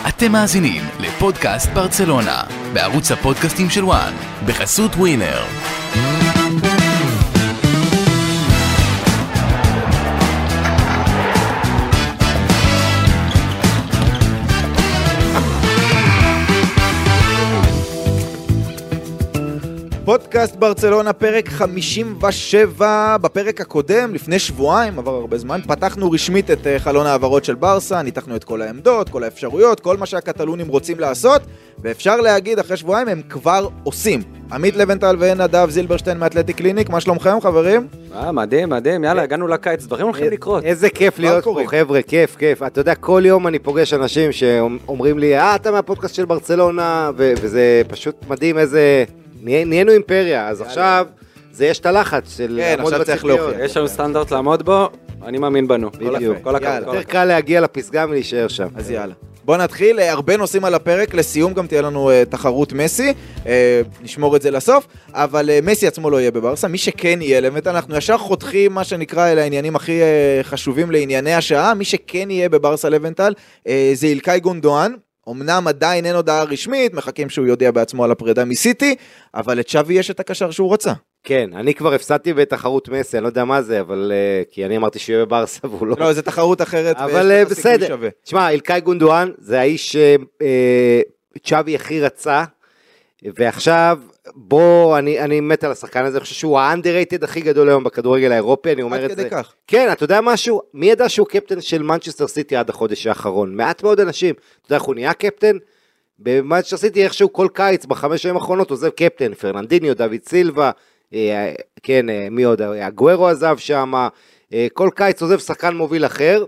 אתם מאזינים לפודקאסט ברצלונה, בערוץ הפודקאסטים של וואן, בחסות ווינר. פודקאסט ברצלונה, פרק 57. בפרק הקודם, לפני שבועיים, עבר הרבה זמן, פתחנו רשמית את חלון העברות של ברסה, ניתחנו את כל העמדות, כל האפשרויות, כל מה שהקטלונים רוצים לעשות, ואפשר להגיד, אחרי שבועיים הם כבר עושים. עמית לבנטל ונדב זילברשטיין מאתלטיק קליניק, מה שלומכם חברים? מדהים, מדהים, יאללה, הגענו לקיץ, דברים הולכים לקרות. איזה כיף להיות פה, חבר'ה, כיף. אתה יודע, כל יום אני פוגש אנשים שאומרים לי, אתה מהפודקאסט של ברצלונה, וזה פשוט מדהים איזה... נהיינו אימפריה, אז עכשיו זה יש את הלחץ של לעמוד בציפיות. יש לנו סטנדרט לעמוד בו, אני מאמין בנו. כל הכבוד. יותר קל להגיע לפסגה ולהישאר שם. אז יאללה. בוא נתחיל, הרבה נושאים על הפרק, לסיום גם תהיה לנו תחרות מסי, נשמור את זה לסוף, אבל מסי עצמו לא יהיה בברסה, מי שכן יהיה לבנטל, אנחנו ישר חותכים מה שנקרא אלה העניינים הכי חשובים לענייני השעה, מי שכן יהיה בברסה לבנטל זה אילקאי גונדואן, אמנם עדיין אין הודעה רשמית, מחכים שהוא יודע בעצמו על הפרידה מסיטי, אבל לצ'אבי יש את הקשר שהוא רצה. כן, אני כבר הפסדתי בתחרות מסי, אני לא יודע מה זה, אבל כי אני אמרתי שהוא יהיה בברסה והוא לא... לא, זה תחרות אחרת. אבל בסדר. תשמע, אילקאי גונדואן זה האיש שצ'אבי הכי רצה, ועכשיו בוא, אני מת על השחקן הזה, אני חושב שהוא ה-underrated הכי גדול היום בכדורגל האירופי, אני אומר את זה. כן, אתה יודע משהו? מי ידע שהוא קפטן של מנצ'סטר סיטי עד החודש האחרון? מעט מאוד אנשים. אתה יודע איך הוא נהיה קפטן? במנצ'סטר סיטי איכשהו כל קיץ, בחמש שנים האחרונות, עוזב קפטן, פרננדיניו, דוד סילבה, כן, מי עוד? אגוארו עזב שם, כל קיץ עוזב שחקן מוביל אחר,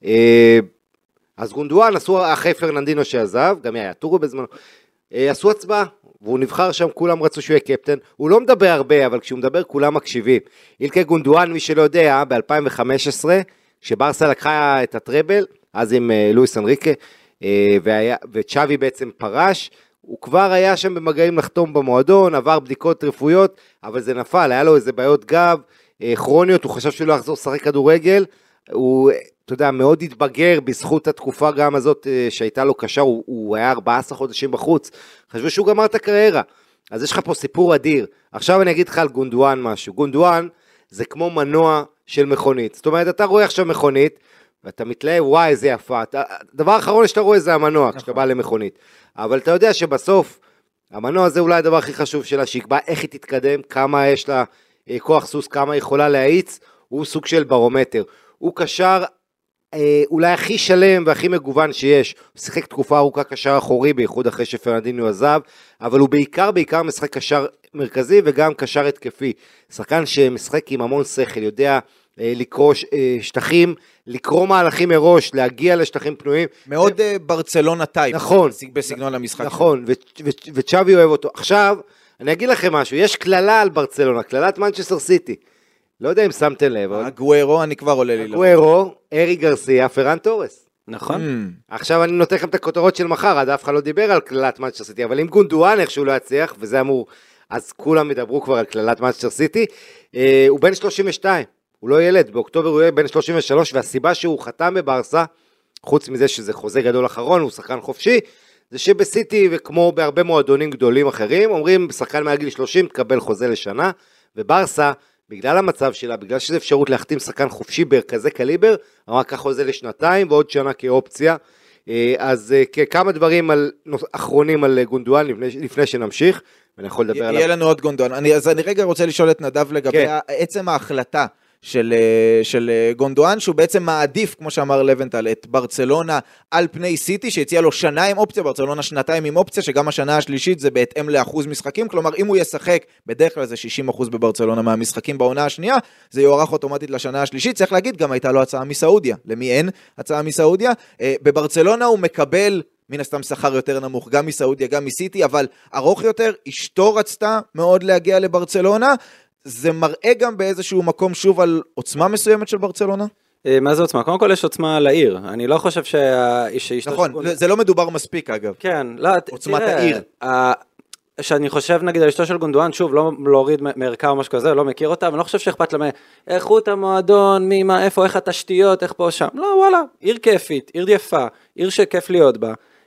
אז גונדואן עשו אחרי פרננדיניו שעזב, גם היה טורו בזמנו, עשו הצבעה, והוא נבחר שם, כולם רצו שהוא יהיה קפטן, הוא לא מדבר הרבה, אבל כשהוא מדבר כולם מקשיבים. אילקאי גונדואן, מי שלא יודע, ב-2015, כשברסה לקחה את הטראבל, אז עם לואיס אנריקה, וצ'אבי בעצם פרש, הוא כבר היה שם במגעים לחתום במועדון, עבר בדיקות רפואיות, אבל זה נפל, היה לו איזה בעיות גב, כרוניות, הוא חשב שהוא לא יחזור לשחק כדורגל, הוא, אתה יודע, מאוד התבגר בזכות התקופה גם הזאת שהייתה לו קשה, הוא היה 14 חודשים בחוץ, חשבו שהוא גמר את הקריירה, אז יש לך פה סיפור אדיר. עכשיו אני אגיד לך על גונדואן משהו, גונדואן זה כמו מנוע של מכונית, זאת אומרת, אתה רואה עכשיו מכונית, ואתה מתלהב, וואי, זה יפה, הדבר האחרון שאתה רואה זה המנוע, כשאתה בא למכונית, אבל אתה יודע שבסוף, המנוע זה אולי הדבר הכי חשוב שלה, שיקבע איך היא תתקדם, כמה יש לה כוח סוס, כמה היא יכולה להאיץ, הוא סוג של ברומטר, הוא קשר אולי הכי שלם והכי מגוון שיש, הוא שיחק תקופה ארוכה קשר אחורי, בייחוד אחרי שפרננדיניו עזב, אבל הוא בעיקר משחק קשר מרכזי וגם קשר התקפי, שחקן שמשחק עם המון שכל, יודע לקרוא שטחים, לקרוא מהלכים מראש, להגיע לשטחים פנויים. מאוד ברצלונה טייפ. נכון. בסגנון המשחק. נכון, וצ'אבי אוהב אותו. עכשיו, אני אגיד לכם משהו, יש כללה על ברצלונה, כללת מנצ'סטר סיטי. לא יודע אם שמתם לב. אגוארו, אני כבר עולה לי. אגוארו, ארי גרסיה, פרן טורס. נכון. עכשיו אני נותן לכם את הכותרות של מחר, עד אף אחד לא דיבר על כללת מנצ'סטר סיטי, אבל אם גונדואן איכשהו לא יצליח, וזה אמור, אז כולם ידברו כבר על כללת מנצ'סטר סיטי, הוא בן 32. הוא לא ילד, באוקטובר הוא יהיה בן 33, והסיבה שהוא חתם בברסה, חוץ מזה שזה חוזה גדול אחרון, הוא שחקן חופשי, זה שבסיטי וכמו בהרבה מועדונים גדולים אחרים, אומרים, בשחקן מעל גיל 30 תקבל חוזה לשנה, וברסה, בגלל המצב שלה, בגלל שזה אפשרות להחתים שחקן חופשי בכזה קליבר, אמרה כך חוזה לשנתיים, ועוד שנה כאופציה, אז כמה דברים אחרונים על גונדואן, לפני שנמשיך, ואני יכול לדבר עליו. יהיה לנו עוד גונדואן, אז אני רגע רוצה לשאול את נדב לגבי עצם ההחלטה, של גונדואן, שהוא בעצם מעדיף, כמו שאמר לבנטל, את ברצלונה על פני סיטי, שהציע לו שנה עם אופציה, ברצלונה שנתיים עם אופציה, שגם השנה השלישית זה בהתאם לאחוז משחקים, כלומר אם הוא ישחק, בדרך כלל זה 60% בברצלונה מהמשחקים בעונה השנייה, זה יוארך אוטומטית לשנה השלישית, צריך להגיד, גם הייתה לו הצעה מסעודיה, למי אין הצעה מסעודיה, בברצלונה הוא מקבל מן הסתם שכר יותר נמוך, גם מסעודיה, גם מסיטי, אבל ארוך יותר, אשתו רצתה מאוד להגיע לברצלונה, זה מראה גם באיזשהו מקום שוב על עוצמה מסוימת של ברצלונה? מה זה עוצמה? קודם כל יש עוצמה לעיר, אני לא חושב נכון, זה לא מדובר מספיק אגב. כן, לא, עוצמת העיר. שאני חושב נגיד על אשתו של גונדואן, שוב, לא להוריד מערכה או משהו כזה, לא מכיר אותה, אבל לא חושב שאכפת למה, איכות המועדון, איפה, איך התשתיות, איך פה שם, לא, וואלה, עיר כיפית, עיר יפה, עיר שכיף להיות בה,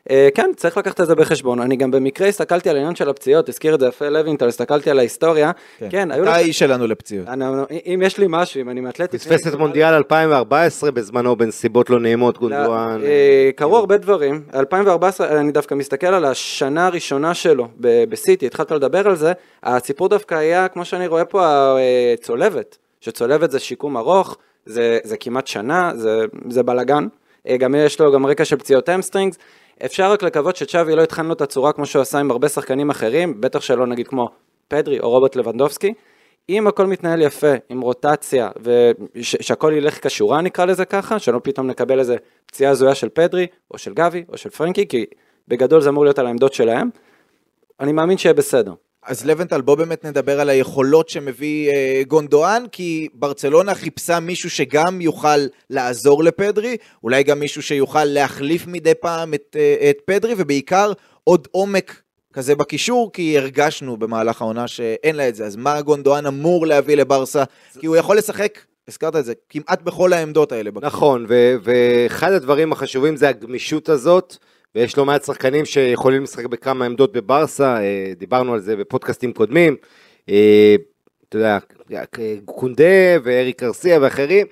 כן, צריך לקחת את זה בחשבון. אני גם במקרה הסתכלתי על העניין של הפציעות, הזכיר את זה יפה לוינטל, הסתכלתי על ההיסטוריה. כן, היו אתה האיש שלנו לפציעות. אם יש לי משהו, אם אני מאתלטי... פספס את מונדיאל 2014 בזמנו בנסיבות לא נעימות, גונדואן. קרו הרבה דברים. 2014, אני דווקא מסתכל על השנה הראשונה שלו בסיטי, התחלת לדבר על זה, הסיפור דווקא היה, כמו שאני רואה פה, צולבת, שצולבת זה שיקום ארוך, זה כמעט שנה, זה בלגן. גם יש לו גם רקע של פציעות המסטרינגס, אפשר רק לקוות שצ'אבי לא התחלנו את הצורה כמו שהוא עשה עם הרבה שחקנים אחרים, בטח שלא נגיד כמו פדרי או רוברט לבנדובסקי, אם הכל מתנהל יפה, עם רוטציה, ושהכל ילך כשורה נקרא לזה ככה, שלא פתאום נקבל איזה פציעה זויה של פדרי, או של גבי, או של פרנקי, כי בגדול זה אמור להיות על העמדות שלהם, אני מאמין שיהיה בסדר. אז לבנטל, בוא באמת נדבר על היכולות שמביא גונדואן, כי ברצלונה חיפשה מישהו שגם יוכל לעזור לפדרי, אולי גם מישהו שיוכל להחליף מדי פעם את פדרי, ובעיקר עוד עומק כזה בקישור, כי הרגשנו במהלך העונה שאין לה את זה. אז מה גונדואן אמור להביא לברסה? כי הוא יכול לשחק, הזכרת את זה, כמעט בכל העמדות האלה בקישור. נכון, ואחד הדברים החשובים זה הגמישות הזאת, ויש לו מעט שחקנים שיכולים לשחק בכמה עמדות בברסה, דיברנו על זה בפודקאסטים קודמים, אתה יודע, קונדה ואריק קרסיה ואחרים,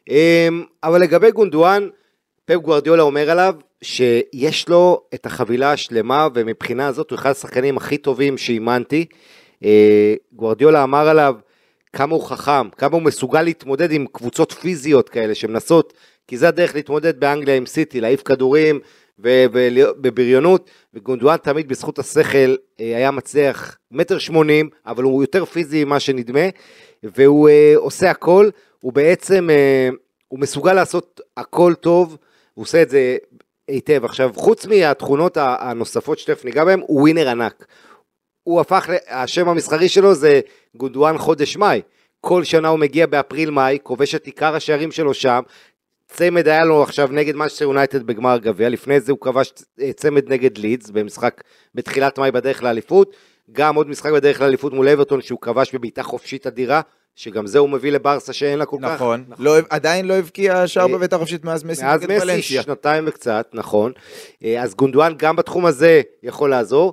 אבל לגבי גונדואן, פפ גוארדיולה אומר עליו שיש לו את החבילה השלמה, ומבחינה הזאת הוא אחד השחקנים הכי טובים שאימנתי. גוארדיולה אמר עליו כמה הוא חכם, כמה הוא מסוגל להתמודד עם קבוצות פיזיות כאלה שמנסות, כי זה הדרך להתמודד באנגליה עם סיטי, להעיף כדורים ובבריונות, וגונדואן תמיד בזכות השכל היה מצליח 1.80 מטר, אבל הוא יותר פיזי ממה שנדמה, והוא עושה הכל, הוא בעצם, הוא מסוגל לעשות הכל טוב, הוא עושה את זה היטב. עכשיו, חוץ מהתכונות הנוספות שתף ניגע בהם, הוא ווינר ענק. הוא הפך, השם המסחרי שלו זה גונדואן חודש מאי. כל שנה הוא מגיע באפריל-מאי, כובש את עיקר השערים שלו שם, צמד היה לו עכשיו נגד מנצ'סטר יונייטד בגמר הגביע, לפני זה הוא כבש צמד נגד לידס, במשחק בתחילת מאי בדרך לאליפות, גם עוד משחק בדרך לאליפות מול אברטון, שהוא כבש בביתה חופשית אדירה, שגם זה הוא מביא לברסה שאין לה כל כך. נכון, עדיין לא הבקיע שער בביתה חופשית מאז מסי נגד ולנסיה. מאז מסי, שנתיים וקצת, נכון. אז גונדואן גם בתחום הזה יכול לעזור.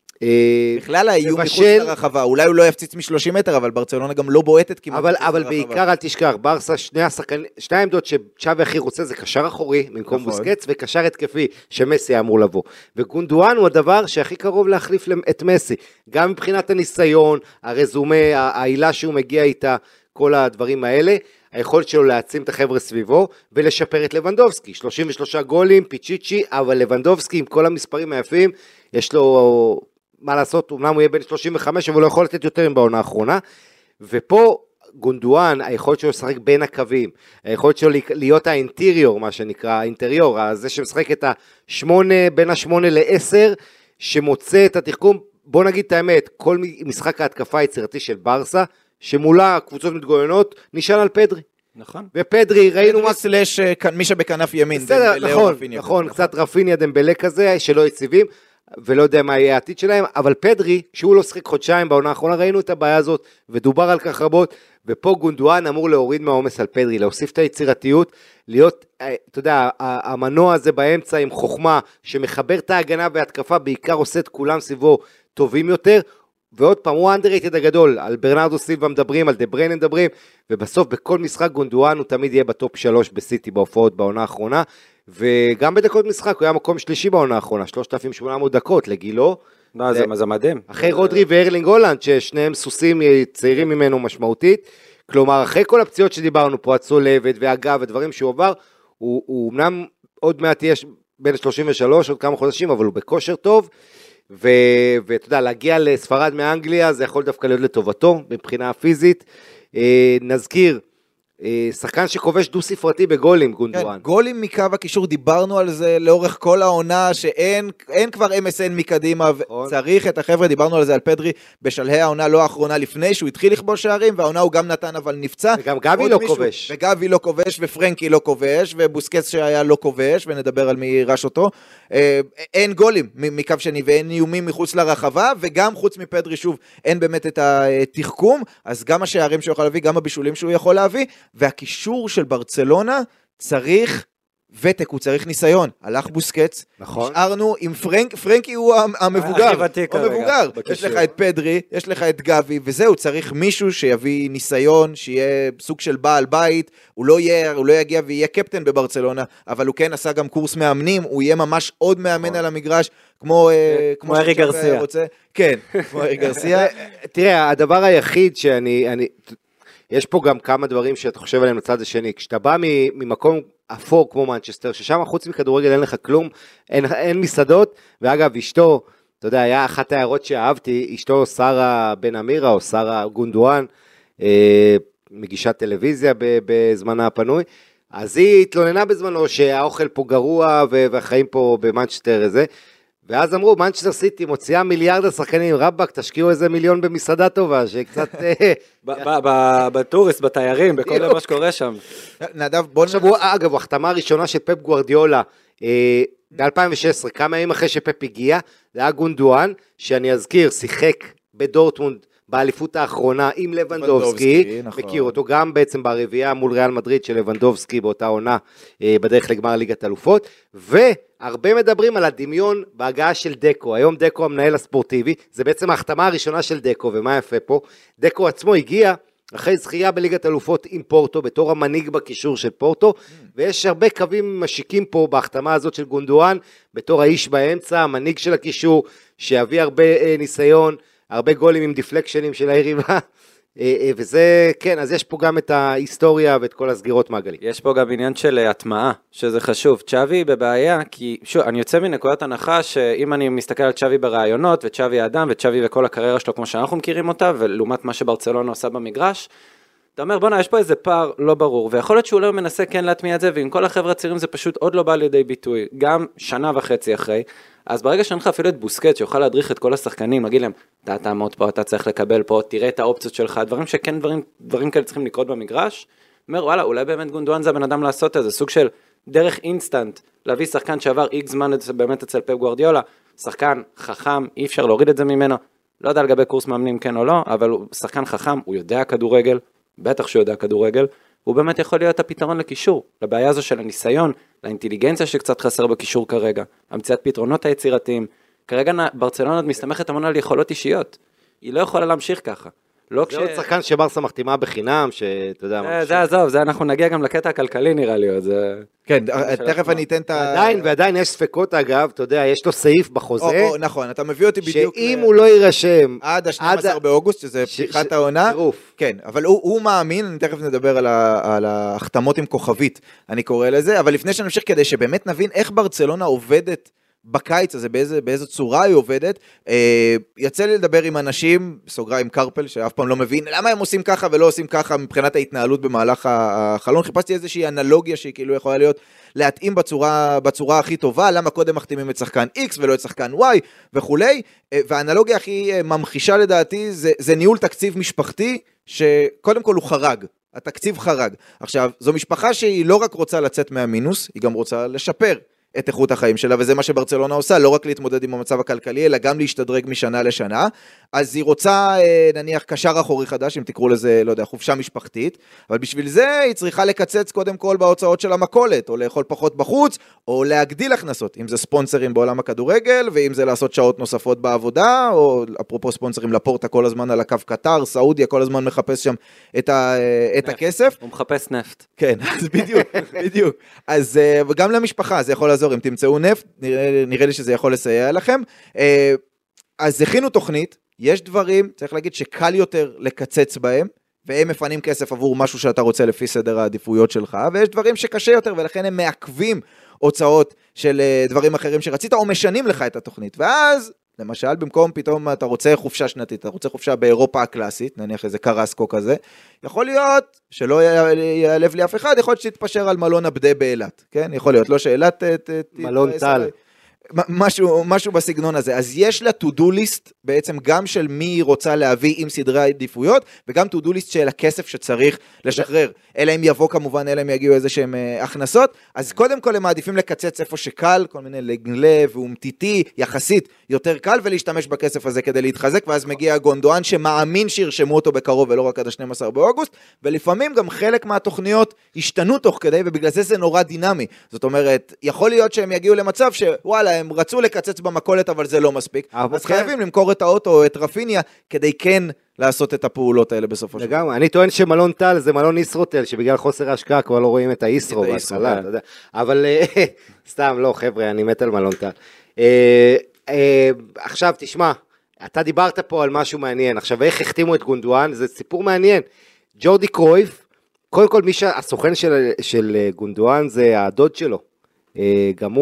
בכלל האיום מחוץ לרחבה, אולי הוא לא יפציץ מ-30 מטר, אבל ברצלונה גם לא בועטת כמעט. אבל בעיקר אל תשכח, ברסה שני העמדות שצ'אבי הכי רוצה זה קשר אחורי, במקום בוסקץ, וקשר התקפי שמסי אמור לבוא. וגונדואן הוא הדבר שהכי קרוב להחליף את מסי, גם מבחינת הניסיון, הרזומה, העילה שהוא מגיע איתה, כל הדברים האלה, היכולת שלו להעצים את החבר'ה סביבו, ולשפר את לבנדובסקי, 33 גולים, פיצ'יצ'י, אבל לבנדובסקי עם כל המספרים היפים, יש לו מה לעשות, אמנם הוא יהיה בין 35, אבל הוא לא יכול לתת יותר בעונה האחרונה, ופה גונדואן, היכולת שלו לשחק בין הקווים, היכולת שלו להיות האינטריור, מה שנקרא, האינטריור, זה שמשחק את בין ה-8 ל-10, שמוצא את התחכום, בוא נגיד את האמת, כל משחק ההתקפה היצירתי של ברסה, שמולה קבוצות מתגוננות, נשאל על פדרי. נכון. ופדרי, ראינו מה... סלש מי שבכנף ימין. בסדר, נכון, קצת רפיניה דמבלה כזה, שלא יציבים, ולא יודע מה יהיה העתיד שלהם, אבל פדרי, כשהוא לא שחק חודשיים בעונה האחרונה, ראינו את הבעיה הזאת, ודובר על כך רבות, ופה גונדואן אמור להוריד מהעומס על פדרי, להוסיף את היצירתיות, להיות, אתה יודע, המנוע הזה באמצע עם חוכמה, שמחבר את ההגנה וההתקפה, בעיקר עושה את כולם סביבו טובים יותר, ועוד פעם, הוא האנדררייטד הגדול, על ברנרדו סילבה מדברים, על דה בריינה מדברים, ובסוף בכל משחק גונדואן הוא תמיד יהיה בטופ 3 בסיטי בהופעות בעונה האחרונה, וגם בדקות משחק הוא היה מקום שלישי בעונה האחרונה, 3,800 דקות לגילו. זה מדהים. אחרי רודרי וארלינג הולנד, ששניהם סוסים צעירים ממנו משמעותית, כלומר אחרי כל הפציעות שדיברנו פה, הצולבת והגב ודברים שהוא עבר, הוא אמנם עוד מעט יש בין 33 עוד כמה חודשים, אבל הוא בכושר טוב, ואתה יודע, להגיע לספרד מאנגליה, זה יכול דווקא להיות לטובתו, מבחינה הפיזית. נזכיר, שחקן שכובש דו ספרתי בגולים, גונדואן. כן, גולים מקו הקישור, דיברנו על זה לאורך כל העונה, שאין כבר MSN מקדימה, צריך את החבר'ה, דיברנו על זה על פדרי, בשלהי העונה לא האחרונה לפני, שהוא התחיל לכבוש שערים, והעונה הוא גם נתן אבל נפצע. וגם גבי לא כובש. וגבי לא כובש, ופרנקי לא כובש, ובוסקץ שהיה לא כובש, ונדבר על מי רש אותו. אין גולים מקו שני, ואין איומים מחוץ לרחבה, וגם חוץ מפדרי, שוב, אין באמת את התחכום, אז גם השערים שהוא יכול להביא, גם הבישולים שהוא יכול להביא, והקישור של ברצלונה צריך ותק, הוא צריך ניסיון, הלך בוסקץ, נכון. נשארנו עם פרנקי הוא המבוגר, הכי ותיק כרגע, יש לך את פדרי, יש לך את גבי, וזהו, צריך מישהו שיביא ניסיון, שיהיה סוג של בעל בית, הוא לא יגיע ויהיה קפטן בברצלונה, אבל הוא כן עשה גם קורס מאמנים, הוא יהיה ממש עוד מאמן על המגרש, כמו ארי גרסיה. כן, כמו ארי גרסיה. תראה, הדבר היחיד יש פה גם כמה דברים שאתה חושב עליהם לצד השני, כשאתה בא ממקום אפור כמו מנצ'סטר, ששם חוץ מכדורגל אין לך כלום, אין מסעדות, ואגב אשתו, אתה יודע, היה אחת ההערות שאהבתי, אשתו שרה בן אמירה, או שרה גונדואן, מגישת טלוויזיה בזמנה הפנוי, אז היא התלוננה בזמנו שהאוכל פה גרוע, והחיים פה במנצ'סטר הזה, ואז אמרו, מנצ'סטר סיטי מוציאה מיליארד השחקנים, רבק, תשקיעו איזה מיליון במסעדה טובה, שקצת... בטוריסט, בתיירים, בכל מה שקורה שם. נדב, בוא עכשיו, אגב, ההחתמה הראשונה של פפ גוארדיולה, ב-2016, כמה ימים אחרי שפפ הגיע, זה היה גונדואן, שאני אזכיר, שיחק בדורטמונד, באליפות האחרונה עם לבנדובסקי, מכיר אותו גם בעצם ברביעייה מול ריאל מדריד של לבנדובסקי באותה עונה בדרך לגמר ליגת אלופות, והרבה מדברים על הדמיון בהגעה של דקו, היום דקו המנהל הספורטיבי, זה בעצם ההחתמה הראשונה של דקו, ומה יפה פה, דקו עצמו הגיע אחרי זכייה בליגת אלופות עם פורטו, בתור המנהיג בקישור של פורטו, ויש הרבה קווים משיקים פה בהחתמה הזאת של גונדואן, בתור האיש באמצע, המנהיג של הקישור, שיביא הרבה ניסיון, הרבה גולים עם דיפלקשנים של היריבה, וזה, כן, אז יש פה גם את ההיסטוריה ואת כל הסגירות מעגלים. יש פה גם עניין של הטמעה, שזה חשוב. צ'אבי בבעיה, כי שוב, אני יוצא מנקודת הנחה שאם אני מסתכל על צ'אבי ברעיונות, וצ'אבי האדם, וצ'אבי וכל הקריירה שלו כמו שאנחנו מכירים אותה, ולעומת מה שברצלונה עושה במגרש, אתה אומר, בונה, יש פה איזה פער לא ברור, ויכול להיות שהוא לא מנסה כן להטמיע את זה, ועם כל החבר'ה הצעירים זה פשוט עוד לא בא לידי ביטוי, גם שנה וחצי אחרי, אז ברגע שאין לך אפילו את בוסקט, שיוכל להדריך את כל השחקנים, להגיד להם, אתה תעמוד פה, אתה צריך לקבל פה, תראה את האופציות שלך, דברים שכן דברים כאלה צריכים לקרות במגרש, אומר, וואלה, אולי באמת גונדואן זה הבן אדם לעשות את זה, סוג של דרך אינסטנט, להביא שחקן שעבר איקס זמן באמת אצל פפ גוארדיולה, שחקן חכם, אי אפשר להוריד את זה ממנו, לא יודע לגבי קורס מאמנים כן או לא, אבל הוא שחקן חכם, הוא יודע כדורגל, בטח שהוא יודע כדורגל, הוא באמת יכול להיות הפתרון לקישור, לבעיה הזו של הניסיון, לאינטליגנציה שקצת חסר בקישור כרגע, המציאת פתרונות היצירתיים, כרגע ברצלונה מסתמכת המון על יכולות אישיות, היא לא יכולה להמשיך ככה. זה עוד שחקן שברסה מחתימה בחינם, שאתה יודע... זה עזוב, זה אנחנו נגיע גם לקטע הכלכלי נראה לי, כן, תכף אני אתן את ה... ועדיין יש ספקות אגב, אתה יודע, יש לו סעיף בחוזה. נכון, אתה מביא אותי בדיוק... שאם הוא לא יירשם... עד ה-12 באוגוסט, שזה פתיחת העונה. כן, אבל הוא מאמין, אני תכף נדבר על ההחתמות עם כוכבית, אני קורא לזה, אבל לפני שנמשיך כדי שבאמת נבין איך ברצלונה עובדת בקיץ הזה, באיזו צורה היא עובדת, יצא לי לדבר עם אנשים, סוגריים קרפל, שאף פעם לא מבין, למה הם עושים ככה ולא עושים ככה מבחינת ההתנהלות במהלך החלון, חיפשתי איזושהי אנלוגיה שהיא כאילו יכולה להיות, להתאים בצורה הכי טובה, למה קודם מחתימים את שחקן X ולא את שחקן Y וכולי, והאנלוגיה הכי ממחישה לדעתי, זה ניהול תקציב משפחתי, שקודם כל הוא חרג, התקציב חרג. עכשיו, זו משפחה שהיא לא רק רוצה לצאת מהמינוס, היא גם רוצה לשפר את איכות החיים שלה, וזה מה שברצלונה עושה, לא רק להתמודד עם המצב הכלכלי, אלא גם להשתדרג משנה לשנה, אז היא רוצה, נניח, קשר אחורי חדש, אם תקראו לזה, לא יודע, חופשה משפחתית, אבל בשביל זה היא צריכה לקצץ קודם כל בהוצאות של המכולת, או לאכול פחות בחוץ, או להגדיל הכנסות, אם זה ספונסרים בעולם הכדורגל, ואם זה לעשות שעות נוספות בעבודה, או אפרופו ספונסרים לפורטה כל הזמן על הקו קטר, סעודיה כל הזמן מחפש שם את הכסף. הוא מחפש נפט. כן, אז בדיוק. אז גם למשפחה זה יכול לעזור, אם תמצאו נפט, נראה לי שזה יכול לסייע לכם. אז הכינו תוכנית, יש דברים, צריך להגיד שקל יותר לקצץ בהם, והם מפנים כסף עבור משהו שאתה רוצה לפי סדר העדיפויות שלך, ויש דברים שקשה יותר, ולכן הם מעכבים הוצאות של דברים אחרים שרצית, או משנים לך את התוכנית. ואז, למשל, במקום פתאום אתה רוצה חופשה שנתית, אתה רוצה חופשה באירופה הקלאסית, נניח איזה קרסקו כזה, יכול להיות שלא יעלב לי אף אחד, יכול להיות שתתפשר על מלון הבדה באילת, כן? יכול להיות, לא שאילת... מלון טל. משהו בסגנון הזה. אז יש לה to-do list בעצם גם של מי היא רוצה להביא עם סדרי העדיפויות, וגם to-do list של הכסף שצריך לשחרר. אלא אם יבוא כמובן, אלא אם יגיעו איזה שהם הכנסות. אז קודם כל הם מעדיפים לקצץ איפה שקל, כל מיני לגלב ומתיתי, יחסית יותר קל, ולהשתמש בכסף הזה כדי להתחזק, ואז מגיע גונדואן שמאמין שירשמו אותו בקרוב, ולא רק עד ה-12 באוגוסט, ולפעמים גם חלק מהתוכניות השתנו תוך כדי, ובגלל זה נורא דינמי. זאת אומרת, יכול להיות שהם יגיעו למצב שוואלה, הם רצו לקצץ במכולת, אבל זה לא מספיק. אז חייבים למכור את האוטו או את רפיניה, כדי כן לעשות את הפעולות האלה בסופו של דבר. אני טוען שמלון טל זה מלון ישרוטל, שבגלל חוסר ההשקעה כבר לא רואים את הישרו בהתחלה, אתה יודע. אבל סתם, לא, חבר'ה, אני מת על מלון טל. עכשיו, תשמע, אתה דיברת פה על משהו מעניין. עכשיו, איך החתימו את גונדואן? זה סיפור מעניין. ג'ורדי קרויף, קודם כל, הסוכן של גונדואן זה הדוד שלו. גם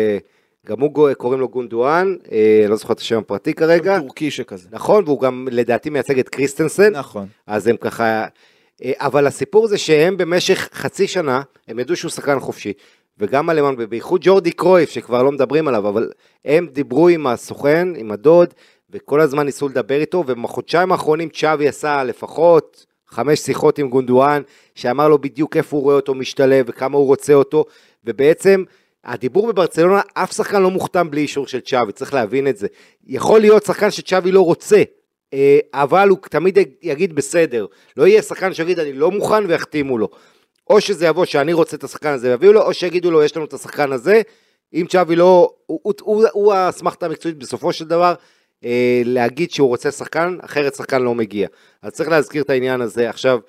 הוא קוראים לו גונדואן, לא זוכר את השם הפרטי כרגע. טורקי שכזה. נכון, והוא גם לדעתי מייצג את קריסטנסן. נכון. אז הם ככה, אבל הסיפור זה שהם במשך חצי שנה, הם ידעו שהוא שחקן חופשי, וגם הלמן, בייחוד ג'ורדי קרויף, שכבר לא מדברים עליו, אבל הם דיברו עם הסוכן, עם הדוד, וכל הזמן ניסו לדבר איתו, ובחודשיים האחרונים צ'אבי עשה לפחות 5 שיחות עם גונדואן, שאמר לו בדיוק איפה הוא רואה אותו משתלב, וכמה הוא רוצה אותו, ובעצם הדיבור בברצלונה, אף שחקן לא מוכתם בלי אישור של צ'אבי, צריך להבין את זה. יכול להיות שחקן שצ'אבי לא רוצה, אבל הוא תמיד יגיד בסדר, לא יהיה שחקן שיגיד אני לא מוכן ויחתימו לו, או שזה יבוא שאני רוצה את השחקן הזה ויביאו לו, או שיגידו לו יש לנו את השחקן הזה, אם צ'אבי לא, הוא האסמכתה המקצועית בסופו של דבר, להגיד שהוא רוצה שחקן, אחרת שחקן לא מגיע, אז צריך להזכיר את העניין הזה. עכשיו,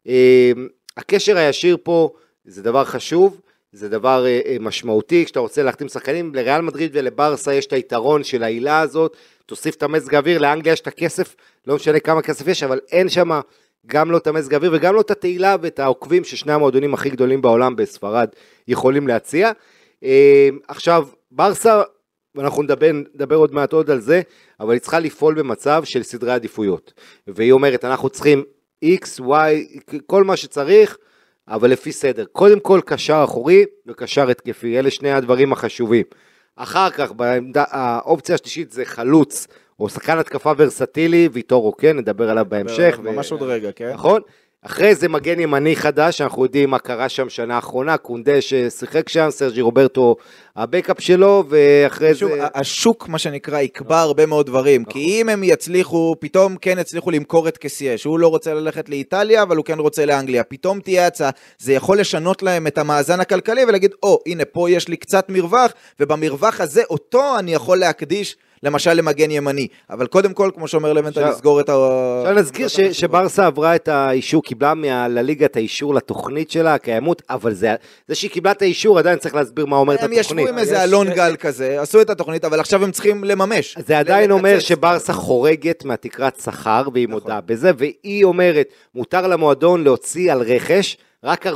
הקשר הישיר פה זה דבר חשוב, זה דבר משמעותי, כשאתה רוצה להחתים שחקנים, לריאל מדריד ולברסה יש את היתרון של העילה הזאת, תוסיף את המזג האוויר, לאנגליה יש את הכסף, לא משנה כמה כסף יש, אבל אין שם גם לא את המזג האוויר, וגם לא את התהילה ואת העוקבים, ששני המועדונים הכי גדולים בעולם בספרד יכולים להציע. עכשיו, ברסה, ואנחנו נדבר עוד מעט עוד על זה, אבל היא צריכה לפעול במצב של סדרי עדיפויות, והיא אומרת, אנחנו צריכים X, Y, כל מה שצריך, אבל לפי סדר. קודם כל קשר אחורי וקשר התקפי, אלה שני הדברים החשובים. אחר כך, האופציה השלישית זה חלוץ, או שחקן התקפה ורסטילי, ויטורו כן, נדבר עליו בהמשך. ממש עוד רגע, כן? נכון? אחרי זה מגן ימני חדש, אנחנו יודעים מה קרה שם שנה האחרונה, קונדה ששיחק שם, סרג'י רוברטו הבקאפ שלו, ואחרי זה... השוק, מה שנקרא, יקבע הרבה מאוד דברים, כי אם הם יצליחו, פתאום כן יצליחו למכור את קסיה, שהוא לא רוצה ללכת לאיטליה, אבל הוא כן רוצה לאנגליה, פתאום תהיה הצעה, זה יכול לשנות להם את המאזן הכלכלי, ולהגיד, הנה, פה יש לי קצת מרווח, ובמרווח הזה, אותו אני יכול להקדיש, למשל למגן ימני, אבל קודם כל, כמו שאומר לבנטל, לסגור את ה... עכשיו נזכיר שברסה עברה את האישור, קיבלה מהליגה את האישור לתוכנית שלה, הקיימות, אבל זה שהיא קיבלה את האישור, עדיין צריך להסביר מה אומרת התוכנית. הם ישבו עם איזה אלון גל כזה, עשו את התוכנית, אבל עכשיו הם צריכים לממש. זה עדיין אומר שברסה חורגת מהתקרת שכר, והיא מודה בזה, והיא אומרת, מותר למועדון להוציא על רכש, רק 40%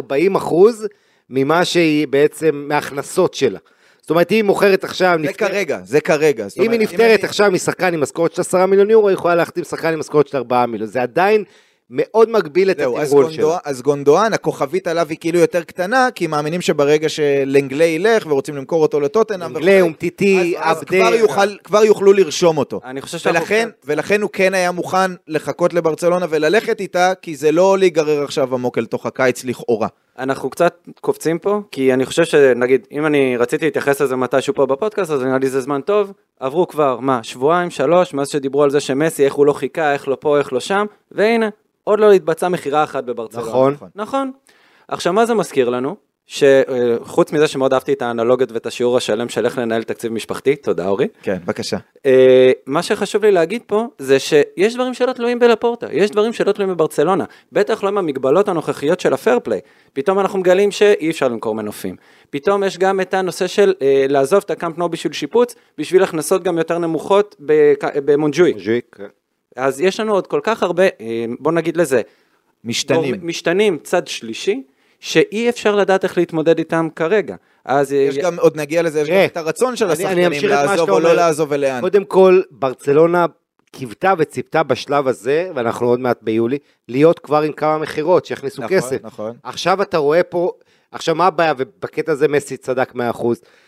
ממה שהיא בעצם, מההכנסות שלה. זאת אומרת, היא מוכרת עכשיו... זה כרגע. אם היא נפטרת עכשיו משחקן עם משכורת של 10 מיליון יורו, היא יכולה להחתים שחקן עם משכורת של 4 מיליון. זה עדיין מאוד מגביל את התמרון שלו. אז גונדואן, הכוכבית עליו היא כאילו יותר קטנה, כי מאמינים שברגע שלנגלי ילך ורוצים למכור אותו לטוטנהאם, לנגלי, אומטיטי, אז כבר יוכלו לרשום אותו. אני חושב ולכן הוא כן היה מוכן לחכות לברצלונה וללכת איתה, כי זה לא להיגרר עכשיו עמוק אל תוך הקיץ לכאורה. אנחנו קצת קופצים פה, כי אני חושב שנגיד, אם אני רציתי להתייחס לזה מתישהו פה בפודקאסט, אז נראה לי זה זמן טוב, עברו כבר, שבועיים, 3, מאז שדיברו על זה שמסי, איך הוא לא חיכה, איך לא פה, איך לא שם, והנה, עוד לא להתבצע מחירה אחת בברצלונה. נכון. עכשיו, מה זה מזכיר לנו? שחוץ מזה שמאוד אהבתי את האנלוגיות ואת השיעור השלם של איך לנהל תקציב משפחתי, תודה אורי. כן, בבקשה. מה שחשוב לי להגיד פה, זה שיש דברים שלא תלויים בלפורטה, יש דברים שלא תלויים בברצלונה, בטח לא עם המגבלות הנוכחיות של הפרפליי, פתאום אנחנו מגלים שאי אפשר למכור מנופים, פתאום יש גם את הנושא של לעזוב את הקאמפ נו בשביל שיפוץ, בשביל הכנסות גם יותר נמוכות במונג'וי. אז יש לנו עוד כל כך הרבה, בוא נגיד לזה, משתנים צד שלישי, שאי אפשר לדעת איך להתמודד איתם כרגע. אז יש גם, עוד נגיע לזה, יש גם את הרצון של השחקנים לעזוב או לא לעזוב ולאן. קודם כל, ברצלונה קיוותה וציפתה בשלב הזה, ואנחנו עוד מעט ביולי, להיות כבר עם כמה מחירות שיכניסו כסף. נכון. עכשיו אתה רואה פה, עכשיו מה הבעיה, ובקטע הזה מסי צדק 100%,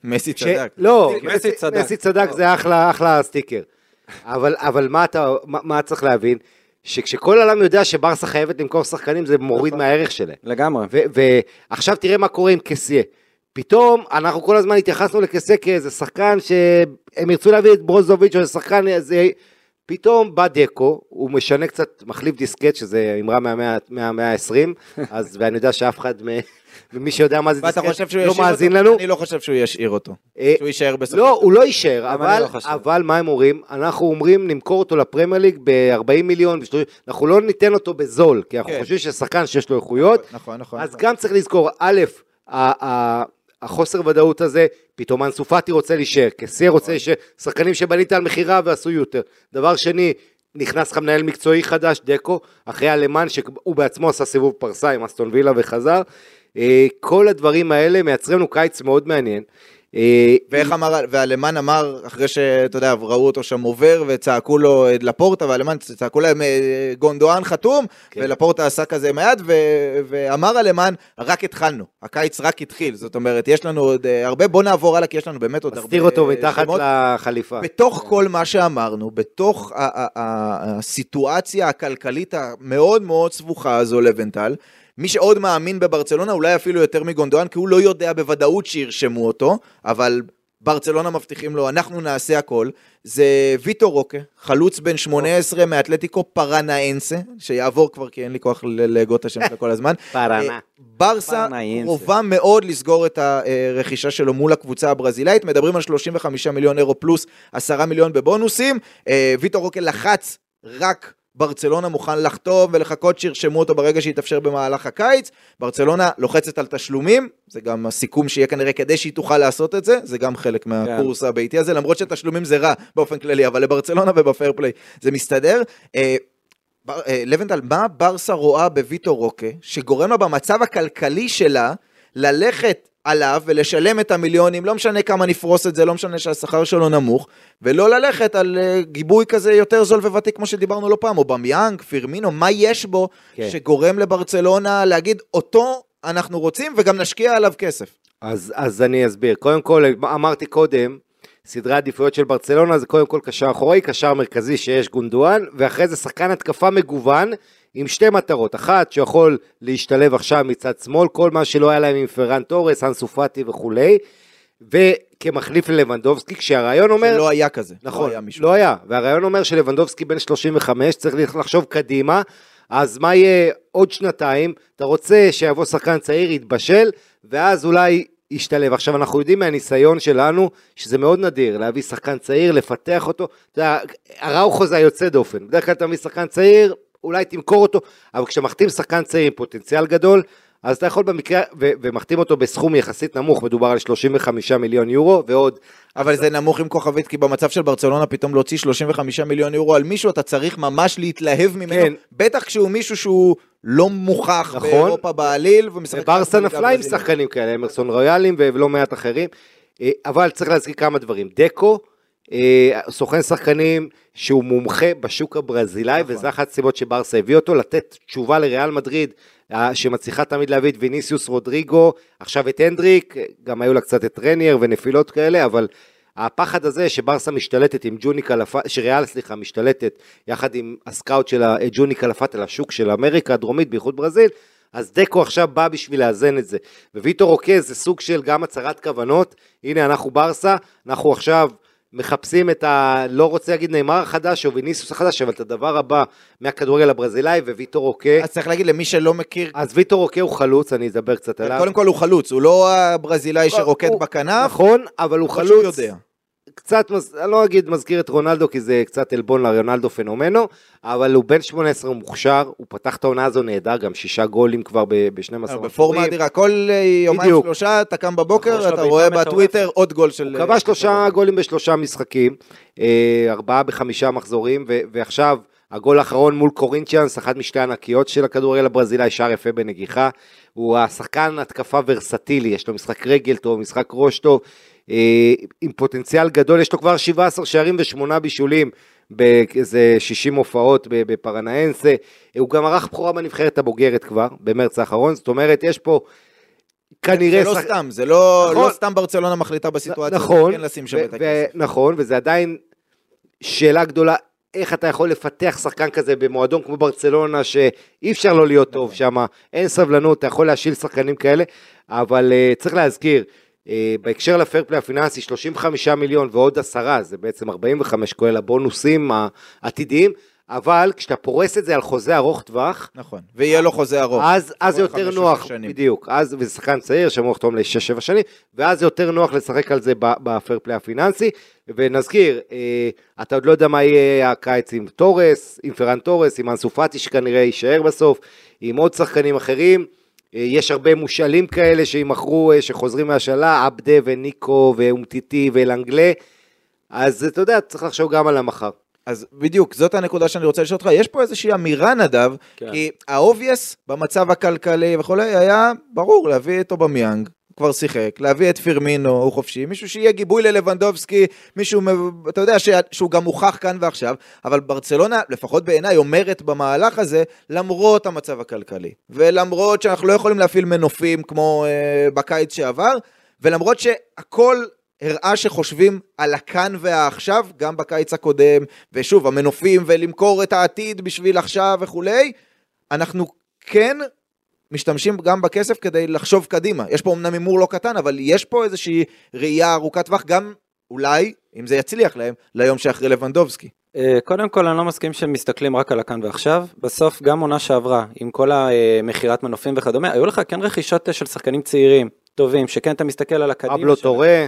מסי צדק. לא, מסי מסי צדק זה אחלה סטיקר. אבל מה צריך להבין? שכשכל העולם יודע שברסה חייבת למכור שחקנים, זה מוריד מהערך שלהם. לגמרי. ועכשיו תראה מה קורה עם קסיה. פתאום אנחנו כל הזמן התייחסנו לקסיה כאיזה שחקן שהם ירצו להביא את ברוזוביץ' או שחקן, פתאום בא דקו, הוא משנה קצת, מחליף דיסקט, שזה אמרה מהמאה ה-20, ואני יודע שאף אחד ומי שיודע מה זה דיסקט לא מאזין לנו. אני לא חושב שהוא ישאיר אותו. שהוא יישאר בסוף. לא, הוא לא יישאר, אבל מה הם אומרים? אנחנו אומרים נמכור אותו לפרמייר ליג ב-40 מיליון, אנחנו לא ניתן אותו בזול, כי אנחנו חושבים ששחקן שיש לו איכויות, אז גם צריך לזכור, א', החוסר ודאות הזה, פתאום אנסו פאטי רוצה להישאר, קסיה רוצה להישאר, שחקנים שבנית על מחירה ועשו יותר. דבר שני, נכנס לך מנהל מקצועי חדש, דקו, אחרי אלמן שהוא בעצמו עשה סיבוב פרסה עם אסטון וילה וחזר. כל הדברים האלה מייצרים לנו קיץ מאוד מעניין. ואיך אמר, והלמן אמר, אחרי שאתה יודע, ראו אותו שם עובר, וצעקו לו לפורטה, והלמן צעקו להם גונדואן חתום, ולפורטה עשה כזה עם היד, ואמר הלמן, רק התחלנו, הקיץ רק התחיל, זאת אומרת, יש לנו עוד הרבה, בוא נעבור הלאה, כי יש לנו באמת עוד הרבה מסתיר אותו מתחת לחליפה. בתוך כל מה שאמרנו, בתוך הסיטואציה הכלכלית המאוד מאוד סבוכה הזו לבנטל, מי שעוד מאמין בברצלונה, אולי אפילו יותר מגונדואן, כי הוא לא יודע בוודאות שירשמו אותו, אבל ברצלונה מבטיחים לו, אנחנו נעשה הכל, זה ויטור רוקה, חלוץ בן 18 מאתלטיקו פרנאנסה, שיעבור כבר כי אין לי כוח להגות השם של כל הזמן. ברסה קרובה מאוד לסגור את הרכישה שלו מול הקבוצה הברזילאית, מדברים על 35 מיליון אירו פלוס 10 מיליון בבונוסים, ויטור רוקה לחץ רק ברצלונה מוכן לחתום ולחכות שירשמו אותו ברגע שיתאפשר במהלך הקיץ, ברצלונה לוחצת על תשלומים, זה גם הסיכום שיהיה כנראה כדי שהיא תוכל לעשות את זה, זה גם חלק מהקורס הביתי הזה, למרות שתשלומים זה רע באופן כללי, אבל לברצלונה ובפייר פליי זה מסתדר. לבנטל, מה ברסה רואה בוויטור רוקה, שגורם לה במצב הכלכלי שלה, ללכת עליו ולשלם את המיליונים, לא משנה כמה נפרוס את זה, לא משנה שהשכר שלו נמוך, ולא ללכת על גיבוי כזה יותר זול וותיק כמו שדיברנו לא פעם, או במיאנג, פירמינו, מה יש בו שגורם לברצלונה להגיד, אותו אנחנו רוצים וגם נשקיע עליו כסף. אז אני אסביר. קודם כל, אמרתי קודם, סדרי העדיפויות של ברצלונה זה קודם כל קשר אחורי, קשר מרכזי שיש גונדואן, ואחרי זה שחקן התקפה מגוון, עם שתי מטרות, אחת שיכול להשתלב עכשיו מצד שמאל, כל מה שלא היה להם עם פרן טורס, אנסו פאטי וכולי, וכמחליף ללבנדובסקי, כשהרעיון אומר... שלא היה כזה. נכון, לא היה, והרעיון אומר שלבנדובסקי בן 35, צריך לחשוב קדימה, אז מה יהיה עוד שנתיים, אתה רוצה שיבוא שחקן צעיר, יתבשל, ואז אולי ישתלב. עכשיו אנחנו יודעים מהניסיון שלנו, שזה מאוד נדיר, להביא שחקן צעיר, לפתח אותו, אתה יודע, הראוכו זה היוצא דופן, בדרך כלל אתה מביא שחקן צעיר, אולי תמכור אותו, אבל כשמחתים שחקן צעיר עם פוטנציאל גדול, אז אתה יכול במקרה, ומחתים אותו בסכום יחסית נמוך, מדובר על 35 מיליון יורו, ועוד... אבל זה נמוך עם כוכבית, כי במצב של ברצלונה פתאום להוציא 35 מיליון יורו על מישהו, אתה צריך ממש להתלהב ממנו, בטח כשהוא מישהו שהוא לא מוכח באירופה בעליל, וברסה נפלה עם שחקנים כאלה, אמרסון רויאלים ולא מעט אחרים, אבל צריך להזכיר כמה דברים. דקו, סוכן שחקנים שהוא מומחה בשוק הברזילאי, וזה אחת הסיבות שברסה הביא אותו, לתת תשובה לריאל מדריד, שמצליחה תמיד להביא את ויניסיוס רודריגו, עכשיו את הנדריק, גם היו לה קצת את רנייר ונפילות כאלה, אבל הפחד הזה שברסה משתלטת עם ג'וני קלפת, שריאל משתלטת יחד עם הסקאוט של ג'וני קלפת על השוק של אמריקה הדרומית, בייחוד ברזיל, אז דקו עכשיו בא בשביל לאזן את זה, וויטור רוקה זה סוג של גם הצהרת כוונות, הנה אנחנו ברסה, אנחנו עכשיו מחפשים את לא רוצה להגיד ניימר החדש או ויניסיוס החדש, אבל את הדבר הבא מהכדורגל הברזילאי וויטור רוקה. אז צריך להגיד למי שלא מכיר. אז ויטור רוקה הוא חלוץ, אני אדבר קצת עליו. קודם כל הוא חלוץ, הוא לא הברזילאי שרוקד בכנף. נכון, אבל הוא חלוץ. קצת, אני לא אגיד מזכיר את רונלדו, כי זה קצת אלבון לרונלדו פנומנו, אבל הוא בן 18, הוא מוכשר, הוא פתח את העונה הזו נהדר, גם 6 גולים כבר ב-12 מחזורים. בפורמה אדירה, כל יומיים 3, אתה קם בבוקר, אתה רואה בטוויטר עוד גול של... הוא קבע 3 גולים ב3 משחקים, 4 ב5 מחזורים, ועכשיו הגול האחרון מול קורינטיאנס, אחת משתי ענקיות של הכדורגל הברזילאי, שער יפה בנגיחה, הוא השחקן התקפה ורסטילי, יש לו משחק רגל טוב, משחק ראש טוב, עם פוטנציאל גדול, יש לו כבר 17 שערים ו8 בישולים, באיזה 60 הופעות בפרנאנסה, הוא גם ערך בחורה בנבחרת הבוגרת כבר, במרץ האחרון, זאת אומרת יש פה כנראה... זה לא סתם, זה לא סתם ברצלונה מחליטה בסיטואציה, נכון, כן לשים שם את הכסף. נכון, וזה עדיין שאלה גדולה, איך אתה יכול לפתח שחקן כזה במועדון כמו ברצלונה, שאי אפשר לא להיות טוב שם, אין סבלנות, אתה יכול להשיל שחקנים כאלה, אבל צריך להזכיר, בהקשר לפייר פליי הפיננסי, 35 מיליון ועוד 10, זה בעצם 45 כולל הבונוסים העתידיים, אבל כשאתה פורס את זה על חוזה ארוך טווח, נכון, ויהיה לו חוזה ארוך. אז זה יותר נוח, בדיוק, וזה שחקן צעיר שאמור לחתום ל6-7 שנים, ואז זה יותר נוח לשחק על זה בפייר פליי הפיננסי, ונזכיר, אתה עוד לא יודע מה יהיה הקיץ עם טורס, עם פרן טורס, עם אנסו פאטי שכנראה יישאר בסוף, עם עוד שחקנים אחרים, יש הרבה מושאלים כאלה שימחרו, שחוזרים מהשאלה, אבדה וניקו ואומטיטי ואלנגלה, אז אתה יודע, צריך לחשוב גם על המחר. אז בדיוק, זאת הנקודה שאני רוצה לשאול אותך, יש פה איזושהי אמירה נדב, כן. כי האובייס במצב הכלכלי וכו' היה ברור, להביא את אובמיאנג, כבר שיחק, להביא את פירמינו, הוא חופשי, מישהו שיהיה גיבוי ללבנדובסקי, מישהו, אתה יודע, שהוא גם מוכח כאן ועכשיו, אבל ברצלונה, לפחות בעיניי, אומרת במהלך הזה, למרות המצב הכלכלי, ולמרות שאנחנו לא יכולים להפעיל מנופים כמו בקיץ שעבר, ולמרות שהכל הראה שחושבים על הכאן והעכשיו, גם בקיץ הקודם, ושוב, המנופים ולמכור את העתיד בשביל עכשיו וכולי, אנחנו כן משתמשים גם בכסף כדי לחשוב קדימה. יש פה אמנם הימור לא קטן, אבל יש פה איזושהי ראייה ארוכת טווח, גם אולי, אם זה יצליח להם, ליום שאחרי לבנדובסקי. קודם כל, אני לא מסכים שהם מסתכלים רק על הכאן ועכשיו. בסוף, גם עונה שעברה, עם כל המחירת מנופים וכדומה, היו לך כן רכישות של שחקנים צעירים, טובים, שכן אתה מסתכל על הקדימה. פבלו טורה.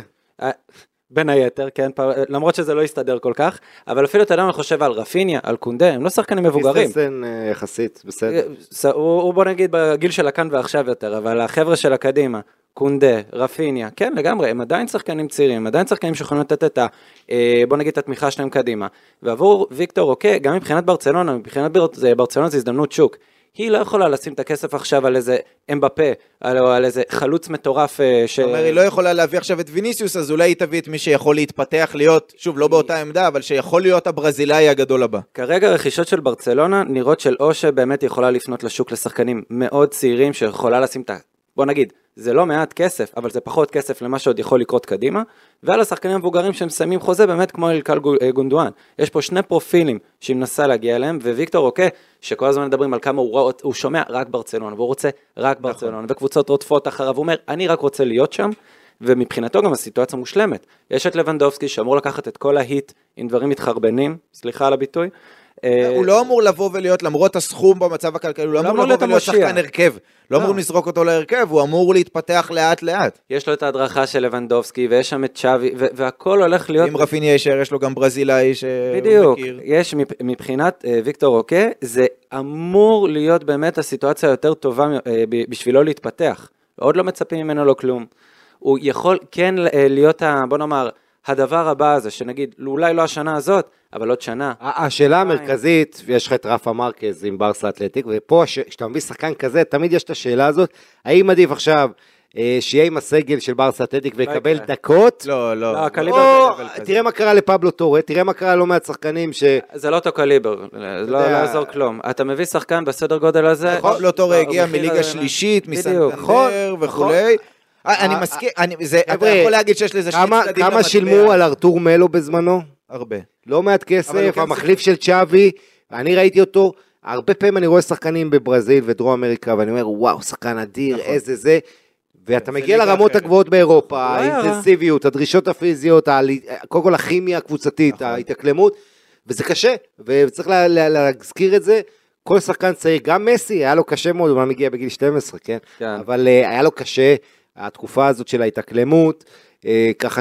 בין היתר, כן, למרות שזה לא יסתדר כל כך, אבל אפילו אתה יודע, אני חושב על רפיניה, על קונדה, הם לא שחקנים מבוגרים. פיסטנסן יחסית, בסדר. הוא בוא נגיד בגיל של הכאן ועכשיו יותר, אבל החבר'ה של הקדימה, קונדה, רפיניה, כן, לגמרי, הם עדיין שחקנים צעירים, הם עדיין שחקנים שיכולים לתת את בוא נגיד את התמיכה שלהם קדימה, ועבור ויקטור אוקיי, גם מבחינת ברצלונה, מבחינת ברצלונה זה הזדמנות שוק, היא לא יכולה לשים את הכסף עכשיו על איזה אמבפה, על איזה חלוץ מטורף. זאת אומרת, היא לא יכולה להביא עכשיו את ויניסיוס, אז אולי היא תביא את מי שיכול להתפתח להיות, שוב, לא באותה עמדה, אבל שיכול להיות הברזילאי הגדול הבא. כרגע רכישות של ברצלונה נראות של או שבאמת יכולה לפנות לשוק לשחקנים מאוד צעירים, שיכולה לשים את בוא נגיד, זה לא מעט כסף, אבל זה פחות כסף למה שעוד יכול לקרות קדימה, ועל השחקנים המבוגרים שהם שמים חוזה, באמת כמו אלקל גונדואן. יש פה שני פרופילים שהיא מנסה להגיע אליהם, וויקטור אוקיי, שכל הזמן מדברים על כמה הוא שומע רק ברצלונה, והוא רוצה רק ברצלונה, וקבוצות רודפות אחריו, הוא אומר, אני רק רוצה להיות שם, ומבחינתו גם הסיטואציה מושלמת. יש את לבנדובסקי שאמור לקחת את כל ההיט עם דברים מתחרבנים, סליחה על הביטוי, הוא לא אמור לבוא ולהיות, למרות הסכום במצב הכלכלי, הוא לא אמור לבוא ולהיות שחקן הרכב, לא אמור לזרוק אותו להרכב, הוא אמור להתפתח לאט לאט. יש לו את ההדרכה של לבנדובסקי, ויש שם את צ'אבי, והכל הולך להיות... אם רפיניה יישאר, יש לו גם ברזילאי בדיוק, יש מבחינת ויקטור אוקיי, זה אמור להיות באמת הסיטואציה היותר טובה בשבילו להתפתח, עוד לא מצפים ממנו לו כלום. הוא יכול כן להיות, בוא נאמר, הדבר הבא הזה, שנגיד, אולי לא השנה הזאת, אבל עוד שנה. השאלה המרכזית, ויש לך את רפה מרקז עם ברסה אתלטיק, ופה כשאתה מביא שחקן כזה, תמיד יש את השאלה הזאת, האם עדיף עכשיו שיהיה עם הסגל של ברסה אתלטיק ויקבל דקות? לא, תראה מה קרה לפבלו טורה, תראה מה קרה לא מעט שחקנים זה לא אותו קליבר, לא יעזור כלום. אתה מביא שחקן בסדר גודל הזה. פבלו טורה הגיע מליגה שלישית, מסנטנדר וכולי. אני מסכים, אתה יכול להגיד שיש לזה שני צדדים למטבע. כמה שילמו על ארתור מלו בזמנו? הרבה. לא מעט כסף, המחליף של צ'אבי, אני ראיתי אותו, הרבה פעמים אני רואה שחקנים בברזיל ודרום אמריקה, ואני אומר, וואו, שחקן אדיר, איזה זה, ואתה מגיע לרמות הגבוהות באירופה, האינטנסיביות, הדרישות הפיזיות, קודם כל הכימיה הקבוצתית, ההתאקלמות, וזה קשה, וצריך להזכיר את זה, כל שחקן צעיר, גם מסי, היה לו קשה מאוד, הוא מגיע בגיל 12, כן? אבל היה לו קשה, התקופה הזאת של ההתאקלמות, ככה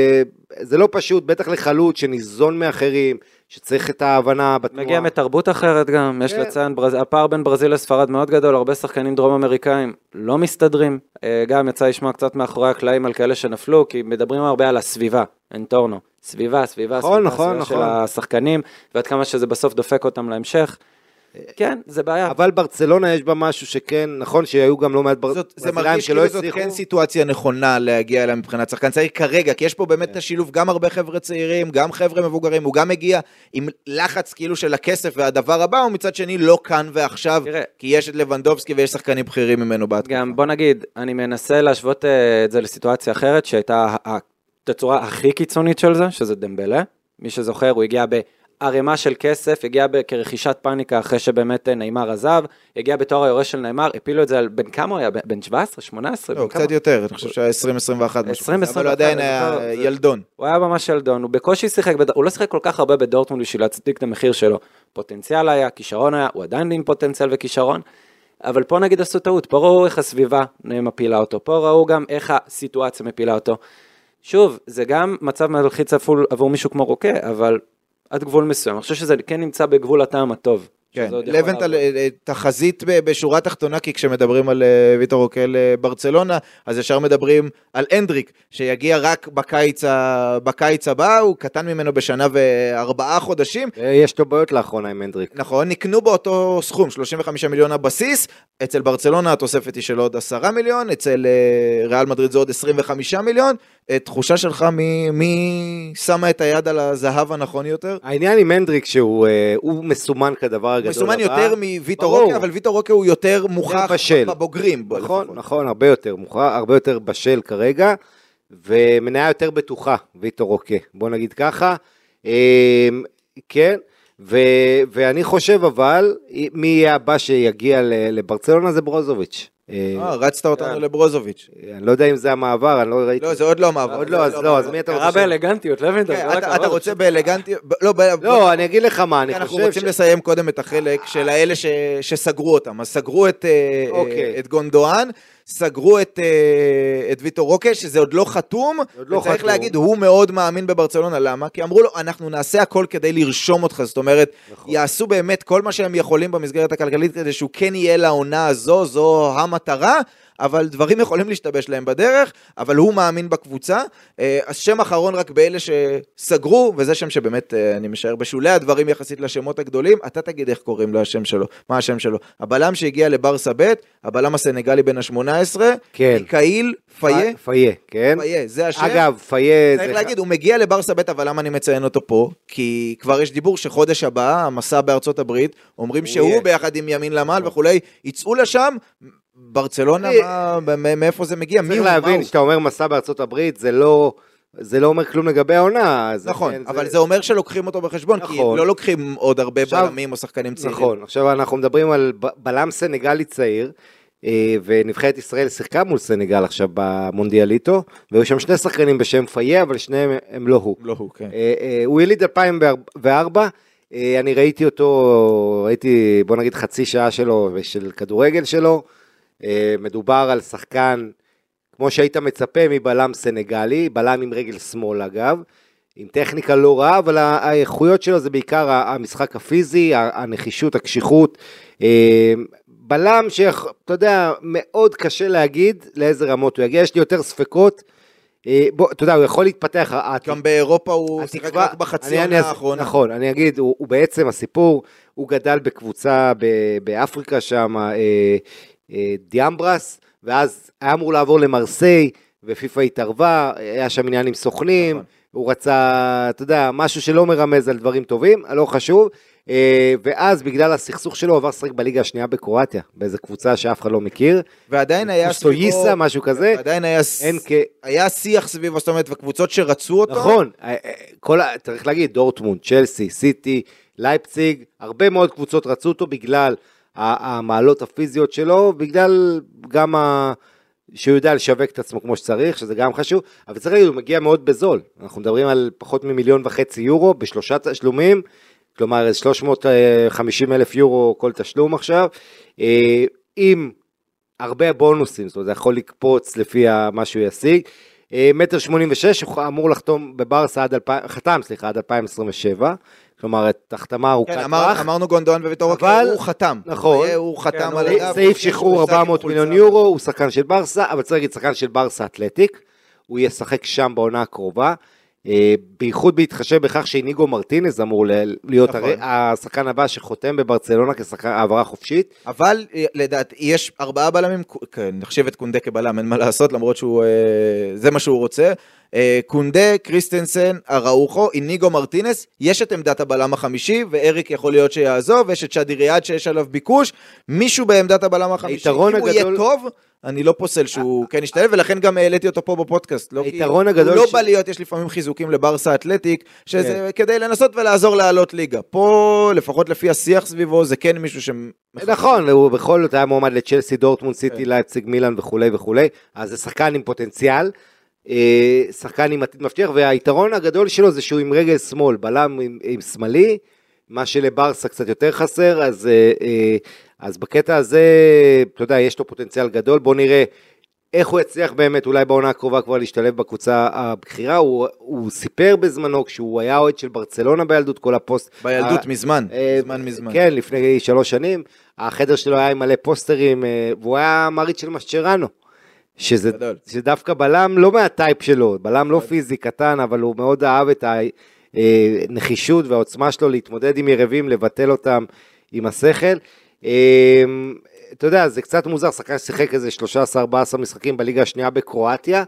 שזה לא פשוט, בטח לחלוץ שניזון מאחרים, שצריך את ההבנה בתנועה. מגיע מתרבות אחרת גם, יש לציין, הפער בין ברזיל לספרד מאוד גדול, הרבה שחקנים דרום אמריקאים לא מסתדרים, גם יצא לשמוע קצת מאחורי הקלעים על כאלה שנפלו, כי מדברים הרבה על הסביבה, אנטורנו, סביבה של השחקנים, ועד כמה שזה בסוף דופק אותם להמשך, כן, זה בעיה. אבל ברצלונה יש בה משהו שכן, נכון שהיו גם לא מעט זה מרגיש כאילו זאת כן סיטואציה נכונה להגיע אליה מבחינת שחקן צעיר כרגע, כי יש פה באמת את השילוב, גם הרבה חבר'ה צעירים, גם חבר'ה מבוגרים, הוא גם מגיע עם לחץ כאילו של הכסף והדבר הבא, ומצד שני לא כאן ועכשיו, כי יש את לבנדובסקי ויש שחקנים בכירים ממנו בהתקפה. גם בוא נגיד, אני מנסה להשוות את זה לסיטואציה אחרת, שהייתה התצורה הכי קיצונית של זה, שזה דמבלה, מי שזוכר, הוא הגיע בערימה של כסף, הגיע כרכישת פאניקה אחרי שבאמת ניימר עזב, הגיע בתואר היורש של ניימר, הפילו את זה על בין כמה הוא היה? בין 17, 18? לא, קצת יותר, אני חושב שהיה 2021, אבל הוא עדיין היה ילדון. הוא היה ממש ילדון, הוא בקושי שיחק, הוא לא שיחק כל כך הרבה בדורטמונד בשביל להצדיק את המחיר שלו, פוטנציאל היה, כישרון היה, הוא עדיין עם פוטנציאל וכישרון, אבל פה נגיד עשו טעות, פה ראו איך הסביבה מפילה אותו, פה ראו גם איך הסיטואציה מפילה אותו. שוב, זה גם מצב מלחיץ עבור מישהו כמו רוקה, אבל עד גבול מסוים. אני חושב שזה כן נמצא בגבול הטעם הטוב. כן, לבנטל תחזית בשורה תחתונה, כי כשמדברים על ויטור רוקה לברצלונה, אז ישר מדברים על אנדריק, שיגיע רק בקיץ הבא, הוא קטן ממנו בשנה ו4 חודשים. יש לו בעיות לאחרונה עם אנדריק. נכון, נקנו באותו סכום, 35 מיליון הבסיס, אצל ברצלונה התוספת היא של עוד 10 מיליון, אצל ריאל מדריד זה עוד 25 מיליון, תחושה שלך מי שמה את היד על הזהב הנכון יותר? העניין עם אנדריק שהוא מסומן כדבר הגדול. מסומן יותר מוויטור רוקה, אבל ויטור רוקה הוא יותר מוכח בבוגרים. נכון, הרבה יותר מוכח, הרבה יותר בשל כרגע, ומניה יותר בטוחה, ויטור רוקה. בוא נגיד ככה, כן, ואני חושב אבל, מי יהיה הבא שיגיע לברצלונה זה ברוזוביץ'. רצת אותנו לברוזוביץ'. אני לא יודע אם זה המעבר, אני לא ראיתי. לא, זה עוד לא המעבר. עוד לא, אז מי אתה רוצה? קרא באלגנטיות, לבנטל. אתה רוצה באלגנטיות? לא, אני אגיד לך מה, אני חושב אנחנו רוצים לסיים קודם את החלק של האלה שסגרו אותם. אז סגרו את גונדואן, סגרו את ויטור רוקה, שזה עוד לא חתום, וצריך להגיד, הוא מאוד מאמין בברצלונה, למה? כי אמרו לו, אנחנו נעשה הכל כדי לרשום אותך, זאת אומרת, יעשו באמת כל מה שהם יכולים במסגרת הכלכלית, כדי שהוא כן יהיה לעונה הזו, זו המטרה, אבל דברים יכולים להשתבש להם בדרך, אבל הוא מאמין בקבוצה. השם האחרון רק באלה שסגרו, וזה שם שבאמת אני משער בשולי הדברים יחסית לשמות הגדולים, אתה תגיד איך קוראים לו השם שלו, מה השם שלו. הבלם שהגיע לברסה ב', הבלם הסנגלי בין ה-18, כן. מיקאיל פייה. פייה, כן. פייה, זה השם. אגב, פייה... צריך להגיד, הוא מגיע לברסה ב', אבל למה אני מציין אותו פה? כי כבר יש דיבור שחודש הבא, המסע בארצות הברית, אומרים שהוא ביחד עם ימין למעל וכולי, יצאו לשם, ברצלונה, מאיפה זה מגיע? צריך להבין, שאתה אומר מסע בארצות הברית, זה לא אומר כלום לגבי העונה. נכון, אבל זה אומר שלוקחים אותו בחשבון, כי לא לוקחים עוד הרבה בלמים או שחקנים צעירים. נכון, עכשיו אנחנו מדברים על בלם סנגלי צעיר, ונבחרת ישראל שיחקה מול סנגל עכשיו במונדיאליטו, והיו שם שני שחקנים בשם פייה, אבל שניהם הם לא הוא. לא הוא, כן. הוא יליד 2004, אני ראיתי אותו, ראיתי בוא נגיד חצי שעה שלו, ושל כדורגל שלו, מדובר על שחקן, כמו שהיית מצפה מבלם סנגלי, בלם עם רגל שמאל אגב, עם טכניקה לא רעה, אבל האיכויות שלו זה בעיקר המשחק הפיזי, הנחישות, הקשיחות, בלם שאתה יודע, מאוד קשה להגיד לאיזה רמות הוא יגיע, יש לי יותר ספקות, אתה יודע, הוא יכול להתפתח, גם באירופה הוא שיחק רק בחצי העונה האחרונה. נכון, אני אגיד, הוא בעצם הסיפור, הוא גדל בקבוצה באפריקה שם, דיאמברס, ואז היה אמור לעבור למרסיי, ופיפה התערבה, היה שם עניין עם סוכנים, הוא רצה, אתה יודע, משהו שלא מרמז על דברים טובים, לא חשוב, ואז בגלל הסכסוך שלו עבר שחק בליגה השנייה בקרואטיה, באיזו קבוצה שאף אחד לא מכיר, ועדיין היה סטויסה, משהו כזה, ועדיין היה שיח סביבו, זאת אומרת, וקבוצות שרצו אותו. נכון, צריך להגיד, דורטמונד, צ'לסי, סיטי, לייפציג, הרבה מאוד קבוצות רצו אותו בגלל המעלות הפיזיות שלו, בגלל גם שהוא יודע לשווק את עצמו כמו שצריך, שזה גם חשוב, אבל צריך להגיד, הוא מגיע מאוד בזול, אנחנו מדברים על פחות מ1.5 מיליון יורו, בשלושה תשלומים, כלומר 350,000 יורו כל תשלום עכשיו, עם הרבה בונוסים, זאת אומרת, זה יכול לקפוץ לפי מה שהוא ישיג, 1.86 מטר, הוא אמור לחתום בברסה עד 2027, כלומר, את החתמה ארוכת טווח. אמרנו גונדואן וויטור רוקה, הוא חתם. נכון. הוא חתם על הגב. סעיף שחרור 400 מיליון יורו, הוא שחקן של ברסה, אבל צריך להגיד שחקן של ברסה אתלטיק, הוא ישחק שם בעונה הקרובה. בייחוד בהתחשב בכך שאיניגו מרטינז אמור להיות השחקן הבא שחותם בברצלונה כשחקן העברה חופשית. אבל לדעת, יש 4 בלמים, נחשב את קונדה כבלם, אין מה לעשות, למרות זה מה שהוא רוצה. קונדה, קריסטנסן, אראוחו, איניגו מרטינס, יש את עמדת הבלם החמישי, ואריק יכול להיות שיעזוב, ויש את שדי ריאד שיש עליו ביקוש, מישהו בעמדת הבלם החמישי, אם הוא יהיה טוב, אני לא פוסל שהוא כן ישתלב, ולכן גם העליתי אותו פה בפודקאסט, הוא לא בא להיות, יש לפעמים חיזוקים לברסה אתלטיק, שזה כדי לנסות ולעזור לעלות ליגה, פה לפחות לפי השיח סביבו, זה כן מישהו נכון, הוא בכל זאת היה מועמד לצ'לסי, דורטמונד, סיטי, לייפציג, מילאן וכולי וכולי, אז זה שחקן עם פוטנציאל, שחקן עם עתיד מבטיח, והיתרון הגדול שלו זה שהוא עם רגל שמאל, בלם עם שמאלי, מה שלברסה קצת יותר חסר, אז בקטע הזה, אתה יודע, יש לו פוטנציאל גדול, בוא נראה איך הוא יצליח באמת, אולי בעונה הקרובה כבר להשתלב בקבוצה הבכירה, הוא סיפר בזמנו, כשהוא היה אוהד של ברצלונה בילדות, כל הפוסט. בילדות מזמן. כן, לפני 3 שנים, החדר שלו היה עם מלא פוסטרים, והוא היה מעריץ של משצ'רנו. שדווקא בלם לא מהטייפ שלו, בלם לא פיזי קטן, אבל הוא מאוד אהב את הנחישות והעוצמה שלו להתמודד עם יריבים, לבטל אותם עם השכל. אתה יודע, זה קצת מוזר, שחקן שיחק איזה 13-14 משחקים בליגה השנייה בקרואטיה.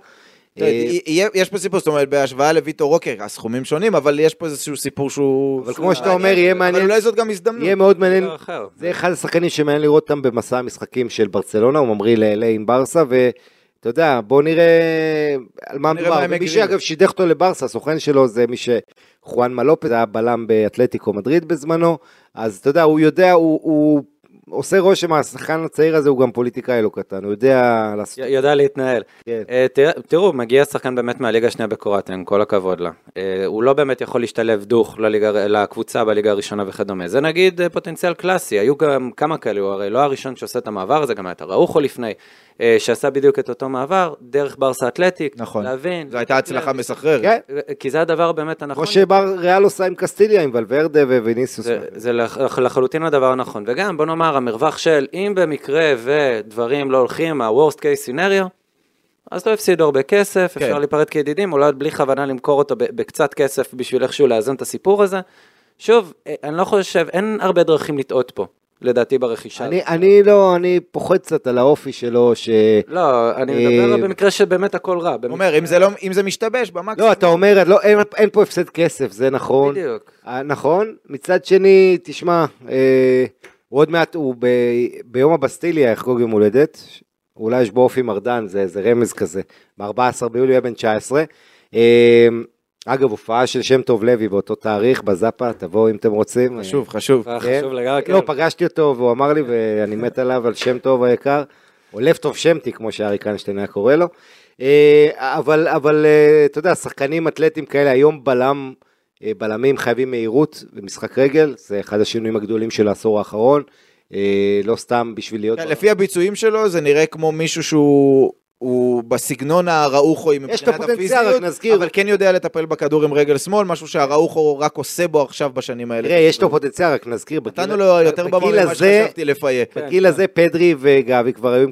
יש פה סיפור, זאת אומרת, בהשוואה לויטור רוקר, הסכומים שונים, אבל יש פה איזשהו סיפור שהוא... אבל כמו שאתה אומר, יהיה מעניין. אבל אולי זאת גם הזדמנות. יהיה מאוד מעניין. זה אחד השחקנים שמעניין לראות אותם במסע המשחקים של ברצלונה, הוא ממריא עם ברסה, ואתה יודע, בוא נראה על מה מדובר. ומי שאגב שידך אותו לברסה, הסוכן שלו זה מי שחואן מלופס, היה בלם באתלטיקו מדריד בזמנו, אז אתה יודע, הוא יודע, הוא עושה רושם, השחקן הצעיר הזה הוא גם פוליטיקאי לא קטן, הוא יודע להתנהל. תראו, מגיע שחקן באמת מהליגה השנייה בקרואטיה, עם כל הכבוד לה. הוא לא באמת יכול להשתלב דוך לקבוצה בליגה הראשונה וכדומה. זה נגיד פוטנציאל קלאסי, היו גם כמה כאלה, הוא הרי לא הראשון שעושה את המעבר הזה, גם הייתה ראוחו לפני, שעשה בדיוק את אותו מעבר, דרך ברסה אתלטיק, להבין. זו הייתה הצלחה מסחררת. כי זה הדבר באמת הנכון. כמו שבר ריאל עושה עם קסטיליה, עם ולוורדה וויניסיוס. זה לחלוטין הדבר הנכון. וגם, בוא נאמר, המרווח של, אם במקרה ודברים לא הולכים, ה-worst case scenario, אז לא הפסידו הרבה כסף, אפשר להיפרד כידידים, אולי בלי כוונה למכור אותו בקצת כסף, בשביל איכשהו לאזן את הסיפור הזה. שוב, אני לא חושב, אין הרבה דרכים לטעות פה. לדעתי ברכישה. אני פוחד קצת על האופי שלו לא, אני מדבר במקרה שבאמת הכל רע. הוא אומר, אם זה משתבש במקסימום. לא, אתה אומר, אין פה הפסד כסף, זה נכון. בדיוק. נכון. מצד שני, תשמע, עוד מעט הוא ביום הבסטיליה יחגוג יום הולדת, אולי יש בו אופי מרדן, זה רמז כזה, ב-14 ביולי בן 19. אגב, הופעה של שם טוב לוי באותו תאריך, בזאפה, תבואו אם אתם רוצים. חשוב. חשוב לגמרי. לא, פגשתי אותו והוא אמר לי, ואני מת עליו על שם טוב היקר, או לב טוב שמתי, כמו שאריק איינשטיין היה קורא לו. אבל אתה יודע, שחקנים אתלטים כאלה, היום בלמים חייבים מהירות במשחק רגל, זה אחד השינויים הגדולים של העשור האחרון, לא סתם בשביל להיות... לפי הביצועים שלו, זה נראה כמו מישהו שהוא בסגנון הראוחו מבחינת הפיזיות, אבל כן יודע לטפל בכדור עם רגל שמאל, משהו שהראוחו רק עושה בו עכשיו בשנים האלה. תראה, יש לו פוטנציאל, רק נזכיר. נתנו לו יותר במה ממה שחשבתי לפיה. בגיל הזה פדרי וגבי כבר היו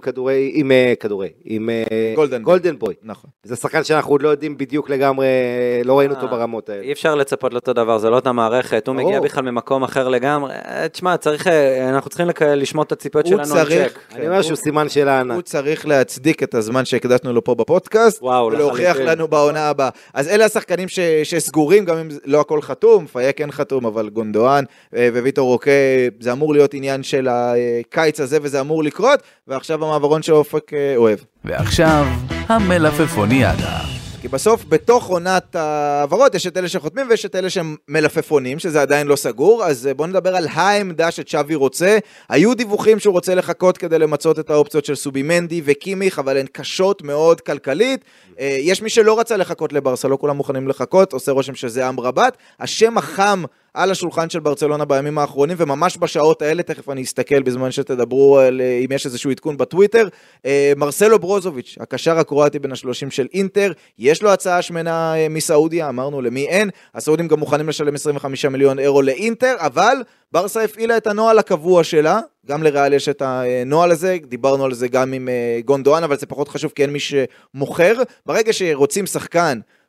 עם גולדן בוי. נכון. זה שחקן שאנחנו עוד לא יודעים בדיוק לגמרי, לא ראינו אותו ברמות האלה. אי אפשר לצפות לאותו דבר, זה לא אותה מערכת, הוא מגיע בכלל ממקום אחר לגמרי. תשמע, אנחנו צריכים לשמוע את הציפיות שלנו על צ'ק. אני אומר שהוא סימן שאלה ענק. הוא צריך להצדיק את הזמן שהקדשנו לו פה בפודקאסט, ולהוכיח לנו בעונה הבאה. אז אלה השחקנים שסגורים, גם אם לא הכל חתום, פיה כן חתום, אבל גונדואן וויטור רוקה, זה אמור להיות עניין של הקיץ הזה, וזה אמור לקרות, ועכשיו המעברון שאופק אוהב. ועכשיו, המלפפוניאדה. כי בסוף, בתוך עונת העברות, יש את אלה שחותמים ויש את אלה שמלפפונים, שזה עדיין לא סגור, אז בואו נדבר על העמדה שצ'אבי רוצה. היו דיווחים שהוא רוצה לחכות כדי למצות את האופציות של סובימנדי וקימיך, אבל הן קשות מאוד כלכלית. יש מי שלא רצה לחכות לברסה, לא כולם מוכנים לחכות, עושה רושם שזה אמרבת. השם החם על השולחן של ברצלונה בימים האחרונים, וממש בשעות האלה, תכף אני אסתכל בזמן שתדברו אם יש איזשהו עדכון בטוויטר, מרסלו ברוזוביץ', הקשר הקרואטי בין ה-30 של אינטר, יש לו הצעה שמנה מסעודיה, אמרנו למי אין, הסעודים גם מוכנים לשלם 25 מיליון אירו לאינטר, אבל ברסה הפעילה את הנועל הקבוע שלה, גם לריאל יש את הנועל הזה, דיברנו על זה גם עם גונדואן, אבל זה פחות חשוב כי אין מי שמוכר, ברגע שרוצים שחקן,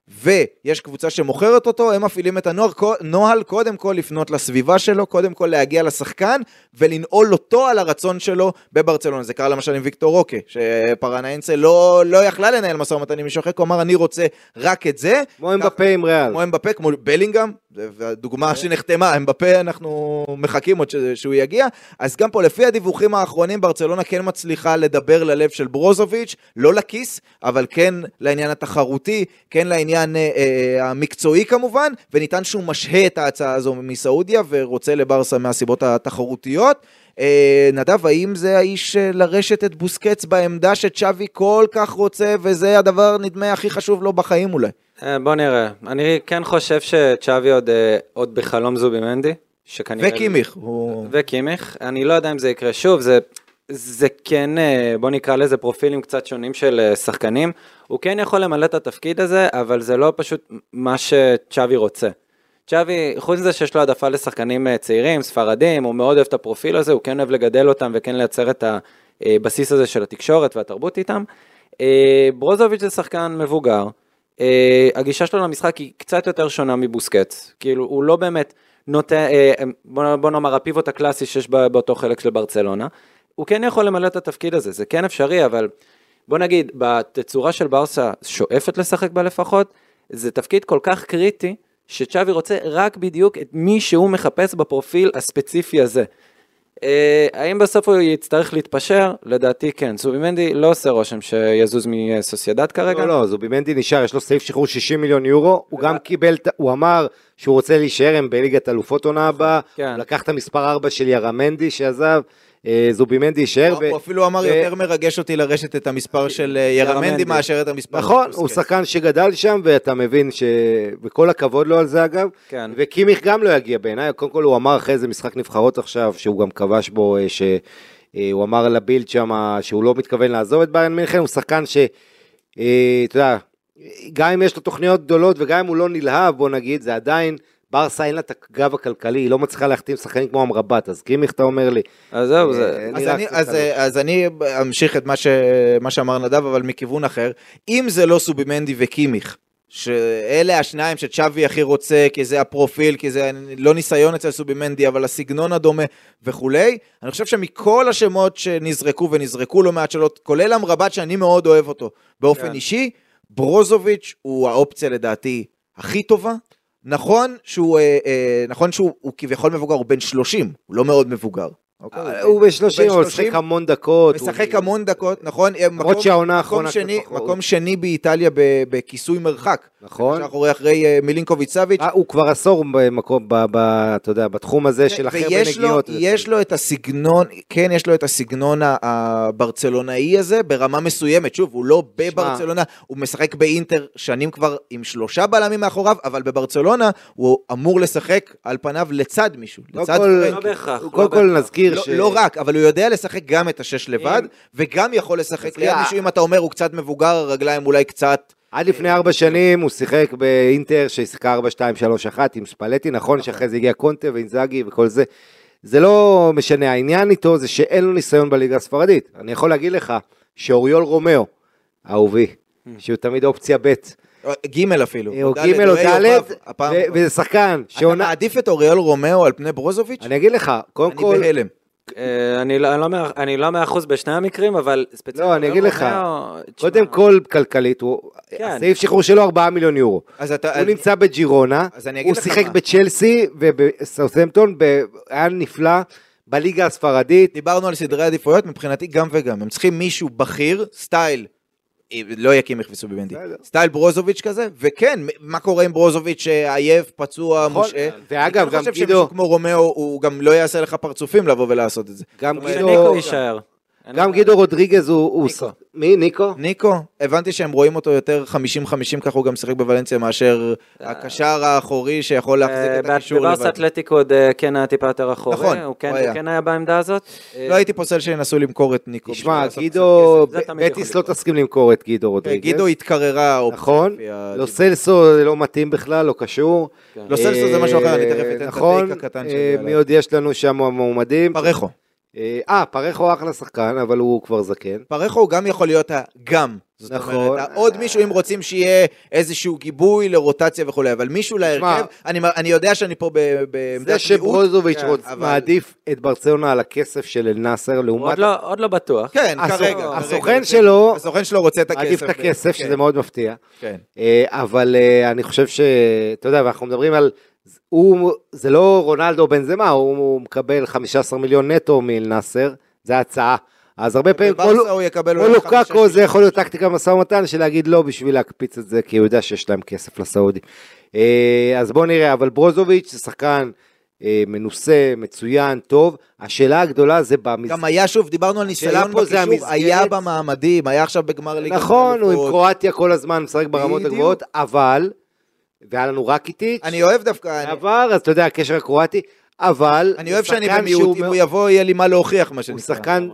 ויש קבוצה שמוכרת אותו, הם מפעילים את הנוהל קודם כל לפנות לסביבה שלו, קודם כל להגיע לשחקן, ולנעול אותו על הרצון שלו בברצלונה. זה קרה למשל עם ויקטור רוקה, שפרנאינסה לא יכלה לנהל משא ומתן עם מישהו אחר, הוא אמר אני רוצה רק את זה. כמו אמבפה עם ריאל. כמו אמבפה, כמו בלינגהם, והדוגמה שנחתמה, אמבפה אנחנו מחכים עוד שהוא יגיע, אז גם פה לפי הדיווחים האחרונים, ברצלונה כן מצליחה לדבר ללב של ברוזוביץ', לא לכיס, אבל כן לעניין התחרותי, כן לעניין המקצועי כמובן, וניתן שהוא משהה את ההצעה הזו מסעודיה, ורוצה לברסה מהסיבות התחרותיות. נדב, האם זה האיש לרשת את בוסקץ בעמדה שצ'אבי כל כך רוצה, וזה הדבר נדמה הכי חשוב לו בחיים אולי? בוא נראה, אני כן חושב שצ'אבי עוד בחלום זובימנדי, וקימיך. וקימיך, אני לא יודע אם זה יקרה שוב, זה כן, בוא נקרא לזה פרופילים קצת שונים של שחקנים, הוא כן יכול למלא את התפקיד הזה, אבל זה לא פשוט מה שצ'אבי רוצה. צ'אבי, חוץ מזה שיש לו העדפה לשחקנים צעירים, ספרדים, הוא מאוד אוהב את הפרופיל הזה, הוא כן אוהב לגדל אותם וכן לייצר את הבסיס הזה של התקשורת והתרבות איתם. ברוזוביץ' זה שחקן מבוגר, הגישה שלו למשחק היא קצת יותר שונה מבוסקץ, כאילו הוא לא באמת נוטה, בוא נאמר הפיבוט הקלאסי שיש באותו חלק של ברצלונה, הוא כן יכול למלא את התפקיד הזה, זה כן אפשרי, אבל בוא נגיד, בתצורה של ברסה שואפת לשחק בה לפחות, זה תפקיד כל כך קריטי, שצ'אבי רוצה רק בדיוק את מי שהוא מחפש בפרופיל הספציפי הזה. האם בסוף הוא יצטרך להתפשר? לדעתי כן. זובימנדי לא עושה רושם שיזוז מסוסיידד כרגע. לא, זובימנדי נשאר, יש לו סעיף שחרור 60 מיליון יורו, הוא גם קיבל, הוא אמר שהוא רוצה להישאר עם בליגת אלופות עונה הבאה, הוא לקח את המספר 4 של ירמנדי שעזב, זובימנדי יישאר. הוא אפילו אמר יותר מרגש אותי לרשת את המספר של ירמנדי מאשר את המספר. נכון, הוא שחקן שגדל שם, ואתה מבין וכל הכבוד לו על זה אגב, וקימיך גם לא יגיע בעיניי, קודם כל הוא אמר אחרי זה משחק נבחרות עכשיו, שהוא גם כבש בו, שהוא אמר לבילד שם, שהוא לא מתכוון לעזוב את ביירן מינכן, הוא שחקן אתה יודע, גם אם יש לו תוכניות גדולות, וגם אם הוא לא נלהב, בוא נגיד, זה עדיין, ברסה אין לה את הגב הכלכלי, היא לא מצליחה להחתים שחקנים כמו אמרבת, אז קימיך אתה אומר לי. אז זהו, אז אני אמשיך את מה שאמר נדב, אבל מכיוון אחר, אם זה לא סובימנדי וקימיך, שאלה השניים שצ'אבי הכי רוצה, כי זה הפרופיל, כי זה לא ניסיון אצל סובימנדי, אבל הסגנון הדומה וכולי, אני חושב שמכל השמות שנזרקו לא מעט שאלות, כולל אמרבת שאני מאוד אוהב אותו באופן אישי, ברוזוביץ' הוא האופציה לדעתי הכי טובה, נכון שהוא כביכול מבוגר, הוא בן 30, הוא לא מאוד מבוגר. הוא ב-30, הוא משחק המון דקות. משחק המון דקות, נכון? עוד שהעונה האחרונה. מקום שני באיטליה בכיסוי מרחק. נכון. אחרי מילינקוביץ' סאביץ'. הוא כבר עשור במקום, אתה יודע, בתחום הזה של אחר בנגיעות. ויש לו את הסגנון, כן, יש לו את הסגנון הברצלונאי הזה, ברמה מסוימת. שוב, הוא לא בברצלונה, הוא משחק באינטר שנים כבר עם 3 בלמים מאחוריו, אבל בברצלונה הוא אמור לשחק על פניו לצד מישהו. לא בהכרח. קודם כל נזכיר לא רק, אבל הוא יודע לשחק גם את ה6 לבד, וגם יכול לשחק ליד מישהו, אם אתה אומר הוא קצת מבוגר, הרגליים אולי קצת... עד לפני 4 שנים הוא שיחק באינטר, ששיחקה 4-2-3-1 עם ספלטי, נכון שאחרי זה הגיע קונטה ואינזאגי וכל זה. זה לא משנה, העניין איתו זה שאין לו ניסיון בליגה הספרדית. אני יכול להגיד לך שאוריול רומאו, אהובי, שהוא תמיד אופציה ב' ג' אפילו. או ג' או ד', וזה שחקן. אתה מעדיף את אוריול רומאו על פני ברוזוביץ'? אני אגיד לך, קודם כל... אני בהלם. אני לא 100% בשני המקרים, אבל ספציפית... לא, אני אגיד לך, קודם כל כלכלית, הסעיף שחרור שלו 4 מיליון יורו. הוא נמצא בג'ירונה, הוא שיחק בצ'לסי ובסאות'המפטון, היה נפלא בליגה הספרדית. דיברנו על סדרי עדיפויות, מבחינתי גם וגם. הם צריכים מישהו בכיר, סטייל, לא יקים יחפסו בבנטי, סטייל ברוזוביץ' כזה, וכן, מה קורה עם ברוזוביץ' שעייף, פצוע, מושעה, ואגב, גם גידו, אני חושב שמישהו כמו רומאו, הוא גם לא יעשה לך פרצופים לבוא ולעשות את זה. גם ניקו יישאר. גם גידו רודריגז הוא... מי? ניקו? ניקו, הבנתי שהם רואים אותו יותר 50-50, ככה הוא גם שיחק בוולנסיה, מאשר הקשר האחורי שיכול להחזיק את הקישור לבד. בברסה אתלטיק עוד כן היה טיפה יותר אחורי, נכון, הוא כן היה בעמדה הזאת. לא הייתי פוסל שינסו למכור את ניקו. תשמע, גידו, בטיס לא תסכים למכור את גידו רודריגז. גידו התקררה. נכון, לא סלסו לא מתאים בכלל, לא קשור. לא סלסו זה משהו אחר, אני תכף אתן את הטייק הקטן שלי. מי עוד יש לנו שם מועמדים? פרחו. פרחו אחלה שחקן, אבל הוא כבר זקן. פרחו הוא גם יכול להיות הגם. נכון. עוד מישהו, אם רוצים שיהיה איזשהו גיבוי לרוטציה וכו', אבל מישהו להרכב, אני יודע שאני פה בעמדת זה שברוזוביץ' מעדיף את ברצלונה על הכסף של אל-נאסר, לעומת... עוד לא בטוח. כן, כרגע. הסוכן שלו רוצה את הכסף. מעדיף את הכסף, שזה מאוד מפתיע. כן. אבל אני חושב אתה יודע, ואנחנו מדברים על... זה לא רונלדו בנזמה, הוא מקבל 15 מיליון נטו מאל-נאסר, זה הצעה. אז הרבה פעמים, כמו לוקאקו, זה יכול להיות טקטיקה משא ומתן, של להגיד לא בשביל להקפיץ את זה, כי הוא יודע שיש להם כסף לסעודי. אז בואו נראה, אבל ברוזוביץ' זה שחקן מנוסה, מצוין, טוב. השאלה הגדולה זה במסגרת. גם היה שוב, דיברנו על ניסיון בקישור, היה במעמדים, היה עכשיו בגמר ליגה. נכון, הוא עם קרואטיה כל הזמן, משחק ברמות הגבוהות, אבל, והיה לנו רקיטיץ'. אני אוהב דווקא. עבר, אז אתה יודע, הקשר הקרואטי, אבל... אני אוהב שאני במיעוט, אם הוא יבוא, יהיה לי מה להוכיח, מה שנקרא. הוא שחקן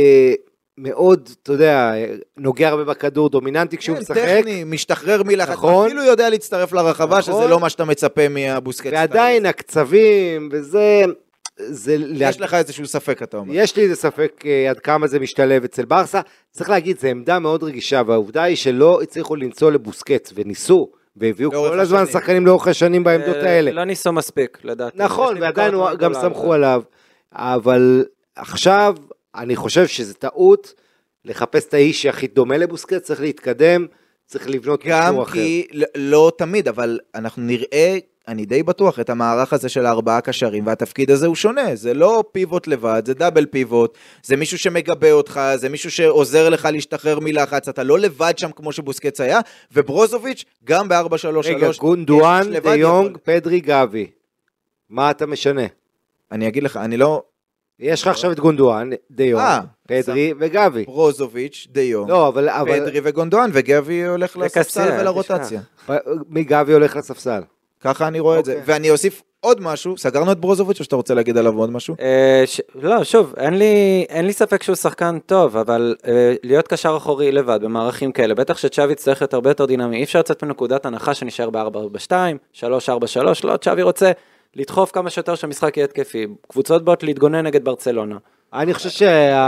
מאוד, אתה יודע, נוגע הרבה בכדור, דומיננטי כשהוא משחק. טכני, משתחרר מלחץ, נכון. אפילו יודע להצטרף לרחבה, נכון. שזה לא מה שאתה מצפה מהבוסקט. ועדיין הקצבים, וזה... יש לך איזשהו ספק, אתה אומר. יש לי איזה ספק עד כמה זה משתלב אצל ברסה. צריך להגיד, זו עמדה מאוד רגישה, והעובדה היא שלא הצליחו למצוא לבוסקט, וניסו, והביאו כל הזמן שחקנים לאורך השנים בעמדות האלה. לא ניסו מספיק, לדעתי. נכון, ועדיין גם סמכו עליו. אבל עכשיו, אני חושב שזה טעות לחפש את האיש שהכי דומה לבוסקט, צריך להתקדם, צריך לבנות משהו אחר. גם כי, לא תמיד, אבל אנחנו נראה, אני די בטוח, את המערך הזה של 4 קשרים, והתפקיד הזה הוא שונה, זה לא פיבוט לבד, זה דאבל פיבוט, זה מישהו שמגבה אותך, זה מישהו שעוזר לך להשתחרר מלחץ, אתה לא לבד שם כמו שבוסקץ היה, וברוזוביץ' גם ב-4-3-3. רגע, גונדואן, דיונג, פדרי, גבי. מה אתה משנה? אני אגיד לך, אני לא... יש לך עכשיו את גונדואן, דיונג, פדרי וגבי. ברוזוביץ', דיונג, פדרי וגונדואן, וגבי הולך לספסל ולרוטציה. מי גבי הולך לספסל? ככה אני רואה את זה. ואני אוסיף עוד משהו, סגרנו את ברוזוביץ' או שאתה רוצה להגיד עליו עוד משהו? לא, שוב, אין לי ספק שהוא שחקן טוב, אבל להיות קשר אחורי לבד במערכים כאלה, בטח שצ'אבי צריך להיות הרבה יותר דינמי, אי אפשר לצאת מנקודת הנחה שנשאר ב-4-4-2, 3-4-3, לא, צ'אבי רוצה לדחוף כמה שיותר שהמשחק יהיה התקפי, קבוצות באות להתגונן נגד ברצלונה. אני חושב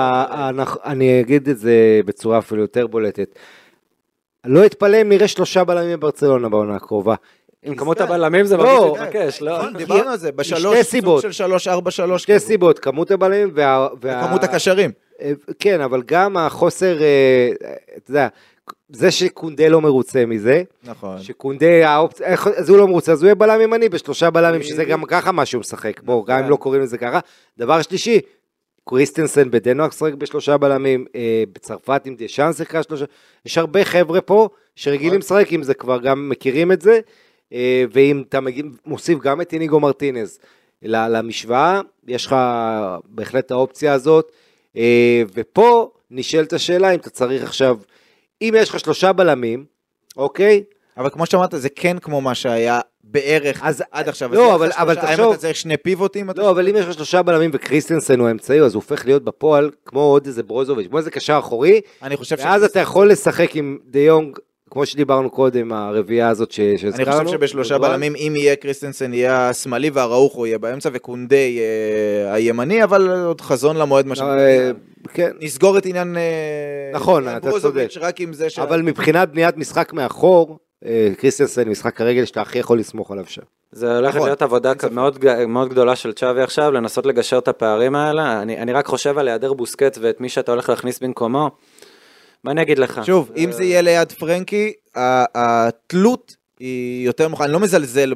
אני אגיד את זה בצורה אפילו יותר בולטת, לא אתפלא אם נראה 3 בלמים בברצלונה בעונה הקרובה. עם כמות הבלמים זה מרגיש להתבקש, לא? דיברנו על זה, בשלוש סוג של 3-4-3. שתי סיבות, כמות הבלמים וכמות הקשרים. כן, אבל גם החוסר, אתה יודע, זה שקונדה לא מרוצה מזה, נכון. שקונדה, אז הוא לא מרוצה, אז הוא יהיה בלם ימני ב3 בלמים, שזה גם ככה מה שהוא משחק, בוא, גם אם לא קוראים לזה ככה. דבר שלישי, קריסטנסן בדנמרק שחק ב3 בלמים, בצרפת עם דשאן שיחקה 3, יש הרבה חבר'ה פה שרגילים לשחק עם זה, כבר גם מכירים את זה, ואם אתה מוסיף גם את איניגו מרטינז למשוואה, יש לך בהחלט האופציה הזאת, ופה נשאלת השאלה אם אתה צריך עכשיו, אם יש לך 3 בלמים, אוקיי? אבל כמו שאמרת, זה כן כמו מה שהיה בערך עד עכשיו. לא, אבל תחשוב... האם אתה צריך 2 פיבוטים? לא, אבל אם יש לך 3 בלמים וקריסטנסן הוא אמצעי, אז הוא הופך להיות בפועל כמו עוד איזה ברוזוביץ', כמו איזה קשר אחורי, ואז אתה יכול לשחק עם דיונג, כמו שדיברנו קודם, הרביעייה הזאת שהזכרנו. אני חושב שב3 בלמים, אם יהיה קריסטנסן יהיה השמאלי והראוכו יהיה באמצע, וקונדה יהיה הימני, אבל עוד חזון למועד מה נסגור את עניין נכון, אתה צודק. אבל מבחינת בניית משחק מאחור, קריסטנסן משחק הרגל שאתה הכי יכול לסמוך עליו שם. זה הולך להיות עבודה מאוד גדולה של צ'אבי עכשיו, לנסות לגשר את הפערים האלה. אני רק חושב על היעדר בוסקט ואת מי שאתה הולך להכניס במקומו. מה אני אגיד לך? שוב, אם זה יהיה ליד פרנקי, התלות היא יותר מוכן, אני לא מזלזל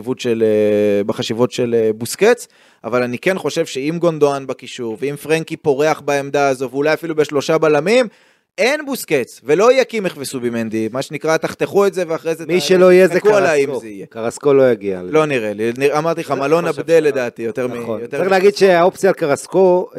בחשיבות של בוסקץ, אבל אני כן חושב שאם גונדואן בקישור, ואם פרנקי פורח בעמדה הזו, ואולי אפילו ב3 בלמים, אין בוסקץ, ולא יהיה קימח וסובימנדי, מה שנקרא, תחתכו את זה, ואחרי זה מי שלא יהיה זה קרסקו, קרסקו לא יגיע. לא נראה לי, אמרתי לך, מלון אבדל לדעתי, יותר צריך להגיד שהאופציה על קרסקו,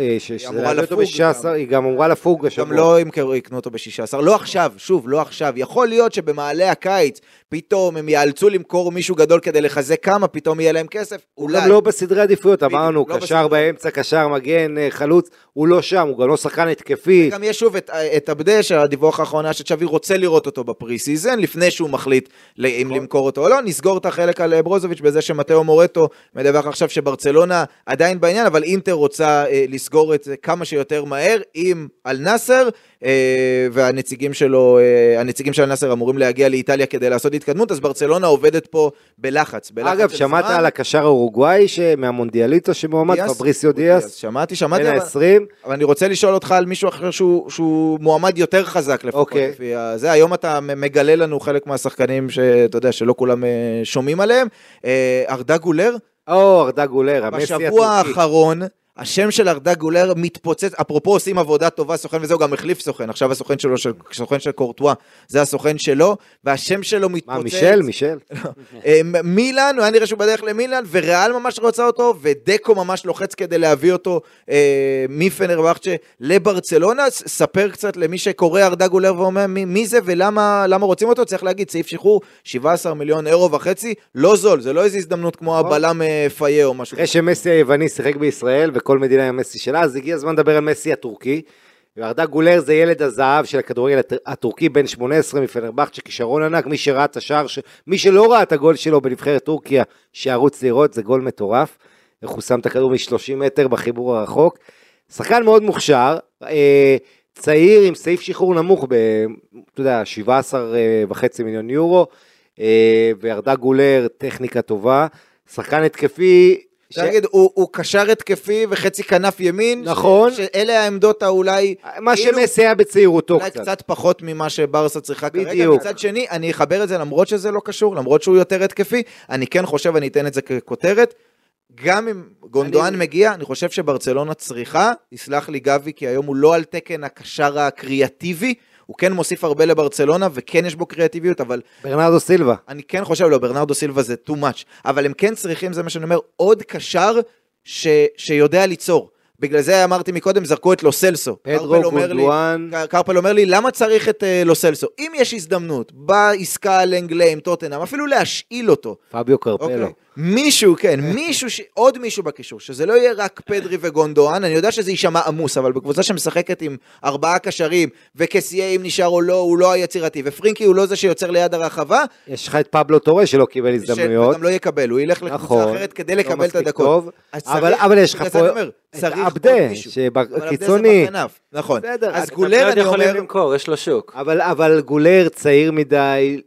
היא גם אמורה לפוג השבוע. גם לא יקנו אותו ב16, לא עכשיו, שוב, לא עכשיו, יכול להיות שבמעלה הקיץ, פתאום הם יאלצו למכור מישהו גדול כדי לחזק כמה, פתאום יהיה להם כסף, אולי. גם לא בסדרי עדיפויות, אמרנו, קשר באמצע, קשר מגן, חלוץ, הוא לא שם, הוא גם לא שחקן התקפי. גם יש שוב את לוודא שהדיווח האחרונה שצ'אבי רוצה לראות אותו בפרי סיזן, לפני שהוא מחליט אם למכור אותו או לא, נסגור את החלק על ברוזוביץ' בזה שמטאו מורטו מדווח עכשיו שברצלונה עדיין בעניין, אבל אינטר רוצה לסגור את זה כמה שיותר מהר עם אל נאסר, והנציגים של אל נאסר אמורים להגיע לאיטליה כדי לעשות התקדמות, אז ברצלונה עובדת פה בלחץ. אגב, שמעת על הקשר האורוגוואי מהמונדיאליטו שמועמד, פבריסיו דיאס? שמעתי, אבל אני רוצה לשאול אותך על מישהו אחר שהוא מועמד יותר חזק לפחות. זה היום אתה מגלה לנו חלק מהשחקנים שאתה יודע שלא כולם שומעים עליהם. ארדה גולר? ארדה גולר, בשבוע האחרון השם של ארדה גולר מתפוצץ, אפרופו עושים עבודה טובה, סוכן וזהו, גם החליף סוכן, עכשיו הסוכן שלו, סוכן של קורטואה, זה הסוכן שלו, והשם שלו מתפוצץ. מה, מישל? מילאן, הוא היה נראה שהוא בדרך למילאן, וריאל ממש רוצה אותו, ודקו ממש לוחץ כדי להביא אותו מפנרבחצ'ה לברצלונה. ספר קצת למי שקורא ארדה גולר ואומר מי זה ולמה רוצים אותו, צריך להגיד, סעיף שחרור 17 מיליון אירו וחצי, לא זול, זה לא איזו הזדמנות כמו הבלם פייה או משהו. אחרי שמסי היווני שיחק בישראל כל מדינה עם מסי שלה, אז הגיע הזמן לדבר על מסי הטורקי, וארדה גולר זה ילד הזהב של הכדורגל הטורקי, בן 18 מפנרבחצ'ה, כישרון ענק, מי שראה את השער, מי שלא ראה את הגול שלו בנבחרת טורקיה, שערוץ לראות, זה גול מטורף, איך הוא שם את הכדור מ-30 מטר בחיבור הרחוק, שחקן מאוד מוכשר, צעיר עם סעיף שחרור נמוך, אתה יודע, 17.5 מיליון יורו, וארדה גולר, טכניקה טובה, שחקן התקפי, תגיד, הוא קשר התקפי וחצי כנף ימין, נכון. שאלה העמדות האולי... מה שמסי היה בצעירותו אולי קצת פחות ממה שברסה צריכה כרגע. מצד שני, אני אחבר את זה למרות שזה לא קשור, למרות שהוא יותר התקפי, אני כן חושב, אני אתן את זה ככותרת, גם אם גונדואן מגיע, אני חושב שברצלונה צריכה, יסלח לי גבי, כי היום הוא לא על תקן הקשר הקריאטיבי, הוא כן מוסיף הרבה לברצלונה, וכן יש בו קריאטיביות, אבל... ברנרדו סילבה. אני כן חושב, לא, ברנרדו סילבה זה too much, אבל הם כן צריכים, זה מה שאני אומר, עוד קשר שיודע ליצור. בגלל זה אמרתי מקודם, זרקו את לוסלסו. פדרו גונדואן. קרפל אומר לי, למה צריך את לוסלסו? אם יש הזדמנות, בעסקה לאנגלה עם טוטנהאם, אפילו להשאיל אותו. פביו קרפלו. מישהו, כן, עוד מישהו בקישור, שזה לא יהיה רק פדרי וגונדואן, אני יודע שזה יישמע עמוס, אבל בקבוצה שמשחקת עם 4 קשרים, וקסיה אם נשאר או לא, הוא לא היצירתי, ופרינקי הוא לא זה שיוצר ליד הרחבה. יש לך את פבלו טורה שלא קיבל הזדמנויות. שגם לא יקבל, הוא ילך לקבוצה אחרת כדי לקבל את הדקות. אבל יש לך פה עבדה, שבקיצוני. נכון. אז גולר אני אומר... למכור, יש לו שוק. אבל גולר צעיר מדי,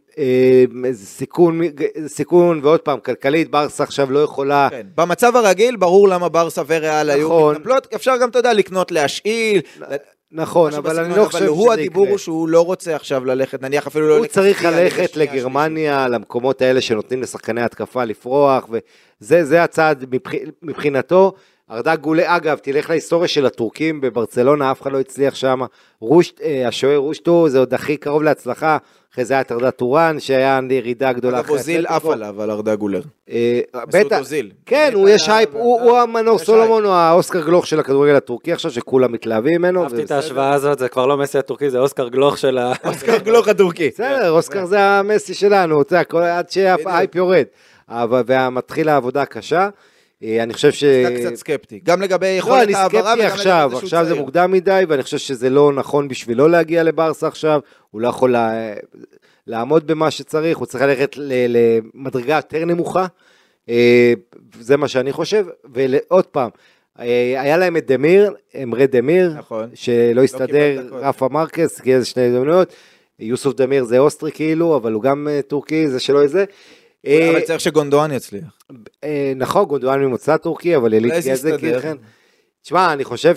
סיכון, ועוד פעם, כלכלית, ברסה עכשיו לא יכולה... כן, במצב הרגיל, ברור למה ברסה וריאל היו מתנפלות, אפשר גם, אתה יודע, לקנות להשאיל... נכון, אבל אני לא חושב שזה יקרה. הוא הדיבור הוא שהוא לא רוצה עכשיו ללכת, נניח אפילו לא... הוא צריך ללכת לגרמניה, למקומות האלה שנותנים לשחקני התקפה לפרוח, וזה הצעד מבחינתו. ארדה גולה, אגב, תלך להיסטוריה של הטורקים בברצלונה, אף אחד לא הצליח שם. השוער רושטו, זה עוד הכי קרוב להצלחה, אחרי זה היה את ארדה טורן, שהיה ירידה גדולה. אגב, אוזיל אף עליו, על ארדה גולר. בטח, כן, הוא יש הייפ, הוא המנור סולומון, הוא האוסקר גלוך של הכדורגל הטורקי, עכשיו שכולם מתלהבים ממנו. אהבתי את ההשוואה הזאת, זה כבר לא מסי הטורקי, זה אוסקר גלוך של ה... אוסקר גלוך הטורקי. בסדר, אוסקר זה המסי שלנו, עד שההייפ יורד. ומתחיל העבודה הקשה. אני חושב ש... אתה קצת סקפטי, גם לגבי יכולת העברה וגם לגבי עכשיו זה מוקדם מדי, ואני חושב שזה לא נכון בשבילו להגיע לברסה עכשיו, הוא לא יכול לעמוד במה שצריך, הוא צריך ללכת למדרגה יותר נמוכה, זה מה שאני חושב, ועוד פעם, היה להם את דמיר, אמרי דמיר, שלא הסתדר רפה מרקס, כי איזה שני הזדמנויות, יוסוף דמיר זה אוסטרי כאילו, אבל הוא גם טורקי, זה שלא איזה, אבל צריך שגונדואן יצליח. נכון, גונדואן ממוצא טורקי, אבל אליט גזק, תשמע, אני חושב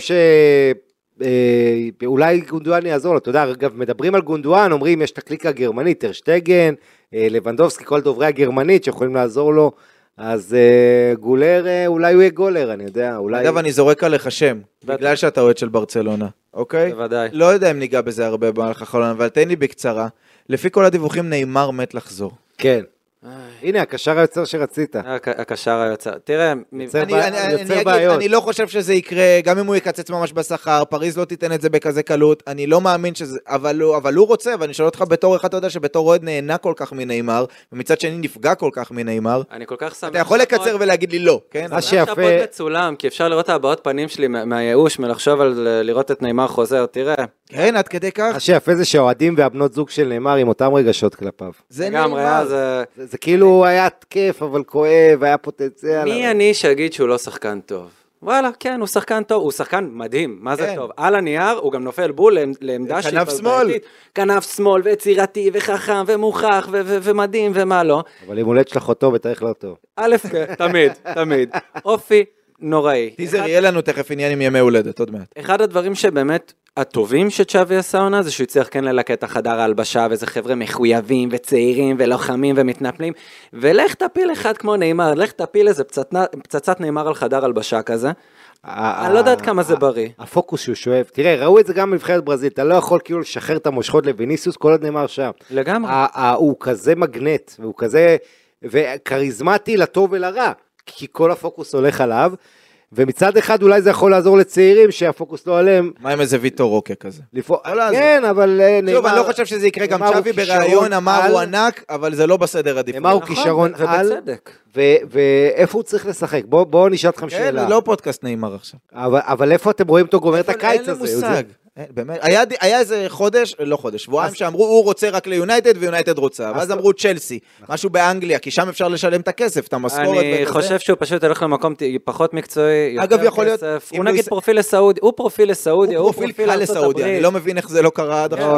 שאולי גונדואן יעזור לו, אתה יודע, אגב, מדברים על גונדואן, אומרים, יש את הקליקה הגרמנית, טרשטגן, לבנדובסקי, כל דוברי הגרמנית שיכולים לעזור לו, אז גולר, אולי הוא יהיה גולר, אני יודע, אולי... אגב, אני זורק עליך שם, בגלל שאתה אוהד של ברצלונה, אוקיי? בוודאי. לא יודע אם ניגע בזה הרבה במהלך החלון, אבל תן לי בקצרה, לפי כל הדיווחים, נאמר מת לחזור. כן. הנה, הקשר היוצר שרצית. הקשר היוצר. תראה, אני לא חושב שזה יקרה, גם אם הוא יקצץ ממש בשכר, פריז לא תיתן את זה בכזה קלות, אני לא מאמין שזה, אבל הוא רוצה, ואני שואל אותך בתור אחד, אתה יודע שבתור אוהד נהנה כל כך מניימר, ומצד שני נפגע כל כך מניימר, אני כל כך שמח. אתה יכול לקצר ולהגיד לי לא, כן? מה שיפה מצולם, כי אפשר לראות את הבעות פנים שלי מהייאוש, מלחשוב על לראות את ניימר חוזר, תראה. כן, עד כדי כך. מה שיפה זה שהאוהדים והבנות זוג של ניימר עם אותם רגשות כלפיו. זה ניימר. זה כאילו היה כיף, אבל כואב, היה פוטנציאל. מי אני שאגיד שהוא לא שחקן טוב? וואלה, כן, הוא שחקן טוב, הוא שחקן מדהים, מה זה טוב? על הנייר הוא גם נופל בול לעמדה שהיא כנף שמאל. כנף שמאל, ויצירתי, וחכם, ומוכח, ומדהים, ומה לא. אבל אם הולד שלך אותו, בטח לא טוב. א', תמיד. אופי נוראי. טיזר יהיה לנו תכף עניין עם ימי הולדת, עוד מעט. אחד הדברים שבאמת הטובים שצ'אבי עשה עונה, זה שהוא הצליח כן ללקט החדר ההלבשה, וזה חבר'ה מחויבים וצעירים ולוחמים ומתנפלים, ולך תפיל אחד כמו ניימר, לך תפיל איזה פצצת ניימר על חדר הלבשה כזה, אני לא יודעת כמה זה בריא. הפוקוס שהוא שואב, תראה, ראו את זה גם בנבחרת ברזיל, אתה לא יכול כאילו לשחרר את המושכות לויניסיוס, כל עוד ניימר שם. לגמרי. הוא כזה מגנט, והוא כזה, וכריזמטי לטוב ולרע, כי כל הפוקוס הולך עליו, ומצד אחד אולי זה יכול לעזור לצעירים שהפוקוס לא עליהם. מה עם איזה ויטור רוקה כזה? כן, אבל שוב, אני לא חושב שזה יקרה, גם צ'אבי בראיון אמר הוא ענק, אבל זה לא בסדר עדיפות. נאמר הוא כישרון על, ואיפה הוא צריך לשחק? בואו נשאל אתכם שאלה. כן, לא פודקאסט נאמר עכשיו. אבל איפה אתם רואים אותו גומר את הקיץ הזה? אין לי מושג. באמת, היה איזה שבועיים שאמרו הוא רוצה רק ליונייטד ויונייטד רוצה, ואז אמרו צ'לסי, משהו באנגליה, כי שם אפשר לשלם את הכסף, את המשכורת. אני חושב שהוא פשוט הולך למקום פחות מקצועי, אגב יכול להיות, הוא נגיד פרופיל לסעודיה, הוא פרופיל לסעודיה, הוא פרופיל קל לסעודיה, אני לא מבין איך זה לא קרה עד עכשיו. או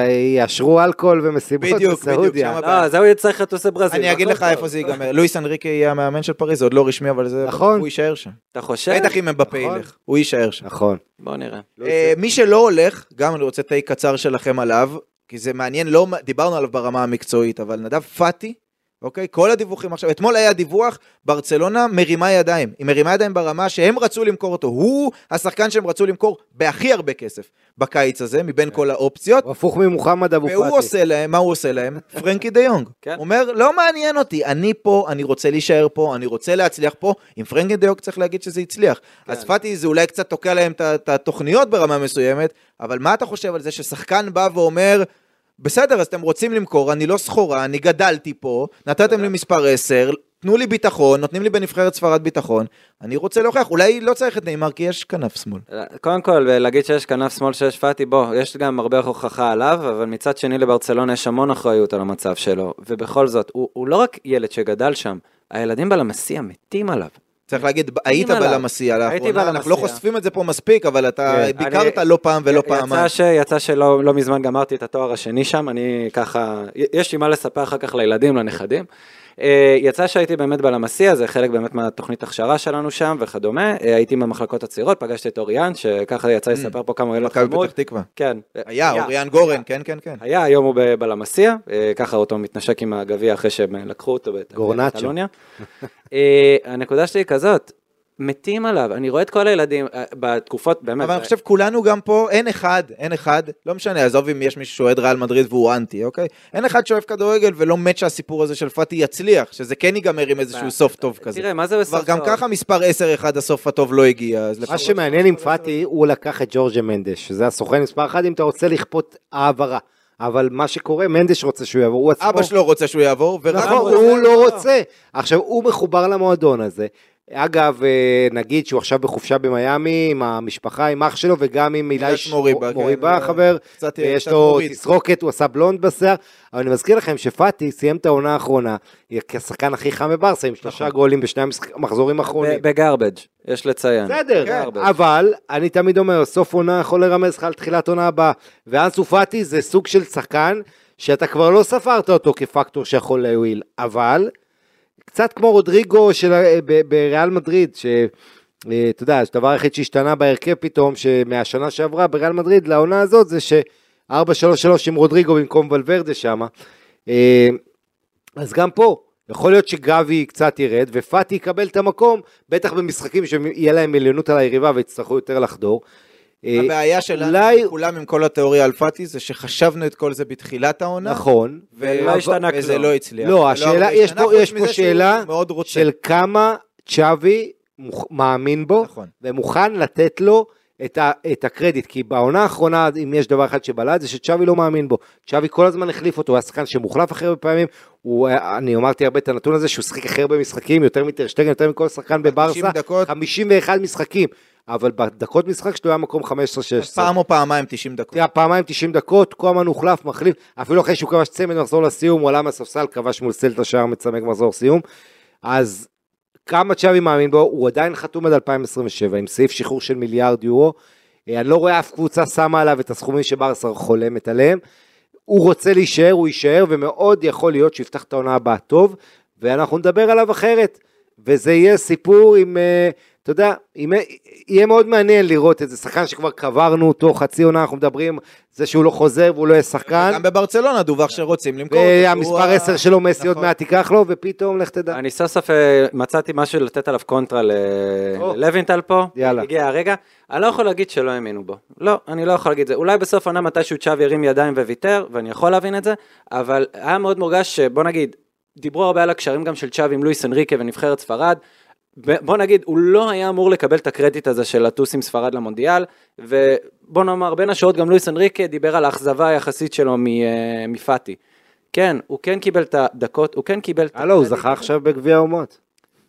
שיאשרו אלכוהול ומסיבות לסעודיה. לא, זה הוא יצטרך את עושה ברזיל. אני אגיד לך איפה זה ייגמר, לואיס אנריקי יהיה המאמן של פריז, זה עוד לא רשמי, אבל הוא יישאר שם. אתה חושב? בטח אם מבפה ילך, הוא יישאר שם. נכון. בוא נראה. מי שלא הולך, גם אני רוצה תאי קצר שלכם עליו, כי זה מעניין, לא דיברנו עליו ברמה המקצועית, אבל נדב פאטי, אוקיי? כל הדיווחים עכשיו, אתמול היה דיווח, ברצלונה מרימה ידיים, היא מרימה ידיים ברמה שהם רצו למכור אותו, הוא השחקן שהם רצו למכור בהכי הרבה כסף בקיץ הזה, מבין כל האופציות. הוא הפוך ממוחמד אבו פאטי. והוא עושה להם, מה הוא עושה להם? פרנקי דה יונג. הוא אומר, לא מעניין אותי, אני פה, אני רוצה להישאר פה, אני רוצה להצליח פה, עם פרנקי דה יונג צריך להגיד שזה הצליח. אז פאטי זה אולי קצת תוקע להם את התוכניות ברמה מסוימת, אבל מה אתה חושב על זה ששחקן בא ואומר, בסדר, אז אתם רוצים למכור, אני לא סחורה, אני גדלתי פה, נתתם לי מספר 10, תנו לי ביטחון, נותנים לי בנבחרת ספרד ביטחון, אני רוצה להוכיח, אולי לא צריך את ניימר, כי יש כנף שמאל. קודם כל, להגיד שיש כנף שמאל שיש פאטי, בוא, יש גם הרבה הוכחה עליו, אבל מצד שני לברצלונה יש המון אחריות על המצב שלו, ובכל זאת, הוא לא רק ילד שגדל שם, הילדים בלמסיה מתים עליו. צריך להגיד, היית בלמסיה לאחרונה, אנחנו לא חושפים את זה פה מספיק, אבל אתה ביקרת לא פעם ולא פעם. יצא שלא מזמן גמרתי את התואר השני שם, אני ככה, יש לי מה לספר אחר כך לילדים, לנכדים. יצא שהייתי באמת בלמסיה, זה חלק באמת מהתוכנית הכשרה שלנו שם וכדומה, הייתי במחלקות הצעירות, פגשתי את אוריאן, שככה יצא לספר פה כמה ילד חמוד. פתח תקווה. כן. היה, אוריאן גורן, כן, כן, כן. היה, היום הוא בלמסיה, ככה אותו מתנשק עם הגביע אחרי שהם לקחו אותו גורנצ'ו. הנקודה שלי היא כזאת, מתים עליו, אני רואה את כל הילדים בתקופות, באמת. אבל אני חושב כולנו גם פה, אין אחד, לא משנה, עזוב אם יש מישהו שאוהד ריאל מדריד והוא אנטי, אוקיי? אין אחד שאוהב כדורגל ולא מת שהסיפור הזה של פאטי יצליח, שזה כן ייגמר עם איזשהו סוף טוב כזה. תראה, מה זה בסוף טוב? כבר גם ככה מספר 10-1 הסוף הטוב לא הגיע. מה שמעניין עם פאטי, הוא לקח את ג'ורג'ה מנדש, שזה הסוכן מספר 1, אם אתה רוצה לכפות העברה. אבל מה שקורה, מנדש רוצה שהוא יעבור, הוא עצמו. אבא שלו רוצה שהוא יעבור, נכון, הוא לא רוצה. עכשיו, הוא מחובר למועדון הזה. אגב, נגיד שהוא עכשיו בחופשה במיימי, עם המשפחה, עם אח שלו, וגם עם אילייש מוריבה, חבר, יש לו תסרוקת, הוא עשה בלונד בשיער, אבל אני מזכיר לכם שפאטי סיים את העונה האחרונה, כשחקן הכי חם בברסה, עם 3 גולים בשני המחזורים האחרונים. בגרבג', יש לציין. בסדר, אבל אני תמיד אומר, סוף עונה יכול לרמז לך על תחילת עונה הבאה, ואנסו פאטי זה סוג של שחקן, שאתה כבר לא ספרת אותו כפקטור שיכול להועיל, אבל קצת כמו רודריגו בריאל מדריד, שאתה יודע, הדבר היחיד שהשתנה בהרכב פתאום, שמהשנה שעברה בריאל מדריד, לעונה הזאת, זה ש4-3-3 עם רודריגו במקום ולוורדה שם. אז גם פה, יכול להיות שגבי קצת ירד, ופאטי יקבל את המקום, בטח במשחקים שיהיה להם עליונות על היריבה, ויצטרכו יותר לחדור. הבעיה שלנו, כולם עם כל התיאוריה על פאטי, זה שחשבנו את כל זה בתחילת העונה. נכון. וזה לא הצליח. לא, השאלה, יש פה שאלה של כמה צ'אבי מאמין בו, ומוכן לתת לו את הקרדיט, כי בעונה האחרונה, אם יש דבר אחד שבלט, זה שצ'אבי לא מאמין בו. צ'אבי כל הזמן החליף אותו, הוא היה שחקן שמוחלף אחרי בפעמים, אני אמרתי הרבה את הנתון הזה, שהוא שחיק אחרי במשחקים, יותר מטרשטגן, יותר מכל שחקן בברסה, 51 משחקים, אבל בדקות משחק שלו היה מקום 15-16. פעם או פעמיים 90 דקות. פעמיים 90 דקות, כל הזמן הוחלף, מחליף, אפילו אחרי שהוא כבש צמד מחזור לסיום, הוא עלה מהספסל, כבש מול סלטה שער מצמק מחזור סיום, אז כמה צ'אבי מאמין בו, הוא עדיין חתום עד 2027, עם סעיף שחרור של מיליארד יורו, אני לא רואה אף קבוצה שמה עליו את הסכומים שברסה חולמת עליהם, הוא רוצה להישאר, הוא יישאר, ומאוד יכול להיות שיפתח את העונה הבאה טוב, ואנחנו נדבר עליו אחרת, וזה יהיה סיפור עם, אתה יודע, יהיה מאוד מעניין לראות את זה, שחקן שכבר קברנו אותו, חצי עונה אנחנו מדברים, זה שהוא לא חוזר והוא לא יהיה שחקן. גם בברצלונה דווח שרוצים למכור. והמספר 10 שלו מסי עוד מעט ייקח לו, ופתאום לך תדע. אני סוף מצאתי משהו לתת עליו קונטרה ללוינטל פה, הגיע הרגע, אני לא יכול להגיד שלא האמינו בו, לא, אני לא יכול להגיד את זה, אולי בסוף עונה מתישהו צ'אבי הרים ידיים וויתר, ואני יכול להבין את זה, אבל היה מאוד מורגש שבוא נגיד, דיברו הרבה על הקשרים גם של צ'אבי עם לואיס אנריקה ונבחרת ספרד, בוא נגיד, הוא לא היה אמור לקבל את הקרדיט הזה של לטוס עם ספרד למונדיאל, ובוא נאמר, בין השעות גם לואיס אנריקה דיבר על האכזבה היחסית שלו מפאטי. כן, הוא כן קיבל את הדקות, הוא כן קיבל את... הוא זכה עכשיו בגביע האומות.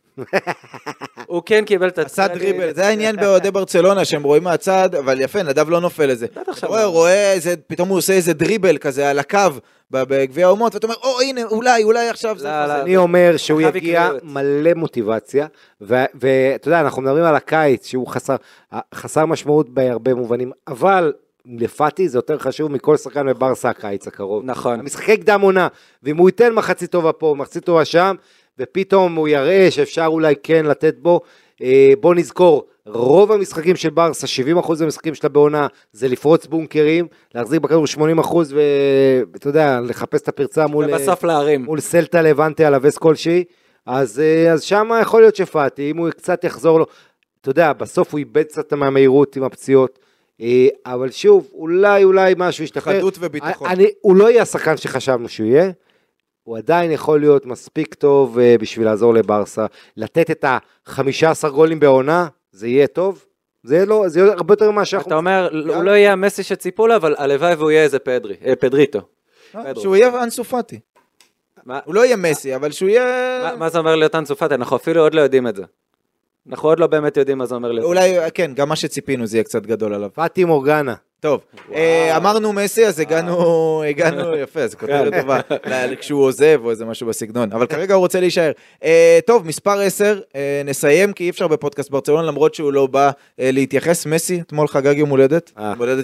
הוא כן קיבל את עשה דריבל, זה העניין באוהדי ברצלונה, שהם רואים מהצד, אבל יפה, נדב לא נופל לזה. אתה רואה, פתאום הוא עושה איזה דריבל כזה על הקו, בגביע האומות, ואתה אומר, הנה, אולי עכשיו זה... אני אומר שהוא יגיע מלא מוטיבציה, ואתה יודע, אנחנו מדברים על הקיץ, שהוא חסר משמעות בהרבה מובנים, אבל לפאטי זה יותר חשוב מכל שחקן בברסה הקיץ הקרוב. נכון. המשחקי קדם עונה, ואם הוא ייתן מחצית טובה פה, מחצית טובה שם, ופתאום הוא יראה שאפשר אולי כן לתת בו, בוא נזכור, רוב המשחקים של ברסה, 70% מהמשחקים שלה בעונה, זה לפרוץ בונקרים, להחזיק בכדור 80%, ואתה יודע, לחפש את הפרצה מול סלטה לבנטה על הווס כלשהי, אז שם יכול להיות שפאטי, אם הוא קצת יחזור לו, אתה יודע, בסוף הוא איבד קצת מהמהירות עם הפציעות, אבל שוב, אולי משהו ישתחרר. חדות וביטחון. הוא לא יהיה השחקן שחשבנו שהוא יהיה, הוא עדיין יכול להיות מספיק טוב בשביל לעזור לברסה, לתת את ה-15 גולים בעונה, זה יהיה טוב, זה יהיה הרבה יותר ממה שאנחנו... אתה אומר, הוא לא יהיה המסי שציפו לו, אבל הלוואי והוא יהיה איזה פדריטו. שהוא יהיה אנסו פאטי. הוא לא יהיה מסי, אבל שהוא יהיה... מה זה אומר להיות אנסו פאטי? אנחנו אפילו עוד לא יודעים את זה. אנחנו עוד לא באמת יודעים מה זה אומר להיות. אולי, כן, גם מה שציפינו זה יהיה קצת גדול עליו. פאטי מורגנה. טוב, אמרנו מסי, אז הגענו, יפה, זה כותרת טובה, כשהוא עוזב או איזה משהו בסגנון, אבל כרגע הוא רוצה להישאר. טוב, מספר 10, נסיים, כי אי אפשר בפודקאסט ברצלונה, למרות שהוא לא בא להתייחס. מסי, אתמול חגג יום הולדת, מולדת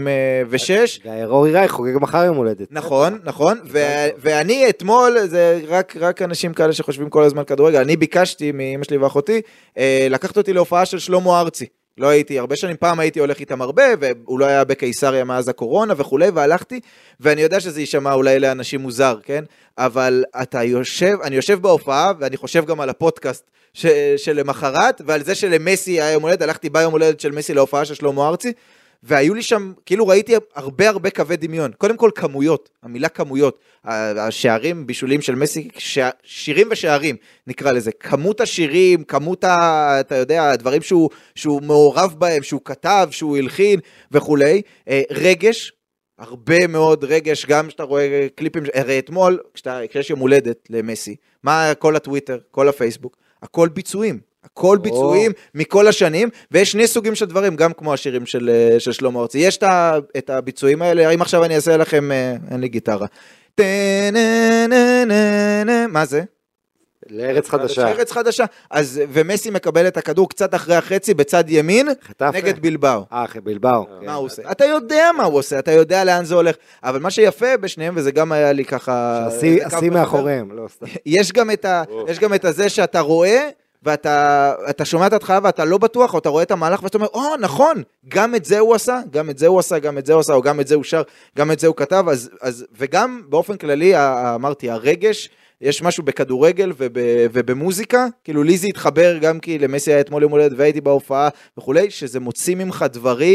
36. רורי רייך חוגג מחר יום הולדת. נכון, ואני אתמול, זה רק אנשים כאלה שחושבים כל הזמן כדורגל, אני ביקשתי מאמא שלי ואחותי, לקחת אותי להופעה של שלמה ארצי. לא הייתי, הרבה שנים פעם הייתי הולך איתם הרבה, והוא לא היה בקיסריה מאז הקורונה וכולי, והלכתי, ואני יודע שזה יישמע אולי לאנשים מוזר, כן? אבל אני יושב בהופעה, ואני חושב גם על הפודקאסט שלמחרת, ועל זה שלמסי היה יום הולדת, הלכתי ביום הולדת של מסי להופעה של שלמה ארצי, והיו לי שם, כאילו ראיתי הרבה קווי דמיון, קודם כל כמויות, המילה כמויות, השערים, בישולים של מסי, שירים ושערים, נקרא לזה, כמות השירים, כמות, אתה יודע, הדברים שהוא מעורב בהם, שהוא כתב, שהוא הלחין וכולי, רגש, הרבה מאוד רגש, גם שאתה רואה קליפים, הרי אתמול, כשיש יום הולדת למסי, מה כל הטוויטר, כל הפייסבוק, הכל ביצועים, הכל ביצועים מכל השנים, ויש שני סוגים של דברים, גם כמו השירים של שלמה ארצי. יש את הביצועים האלה, אם עכשיו אני אעשה לכם, אין לי גיטרה. מה זה? לארץ חדשה. ארץ חדשה. אז, ומסי מקבל את הכדור קצת אחרי החצי, בצד ימין, נגד בלבאו. בלבאו. מה הוא עושה? אתה יודע מה הוא עושה, אתה יודע לאן זה הולך. אבל מה שיפה בשניהם, וזה גם היה לי ככה... עשי מאחוריהם, לא סתם. יש גם את הזה שאתה רואה, ואתה שומע את התחלה ואתה לא בטוח, או אתה רואה את המהלך ואתה אומר, נכון, גם את זה הוא עשה, גם את זה הוא עשה, גם את זה הוא עשה, או גם את זה הוא שר, גם את זה הוא כתב, וגם באופן כללי, אמרתי, הרגש, יש משהו בכדורגל ובמוזיקה, כאילו לי זה התחבר גם כי למסי היה אתמול יום הולדת והייתי בהופעה וכולי, שזה מוציא ממך דברים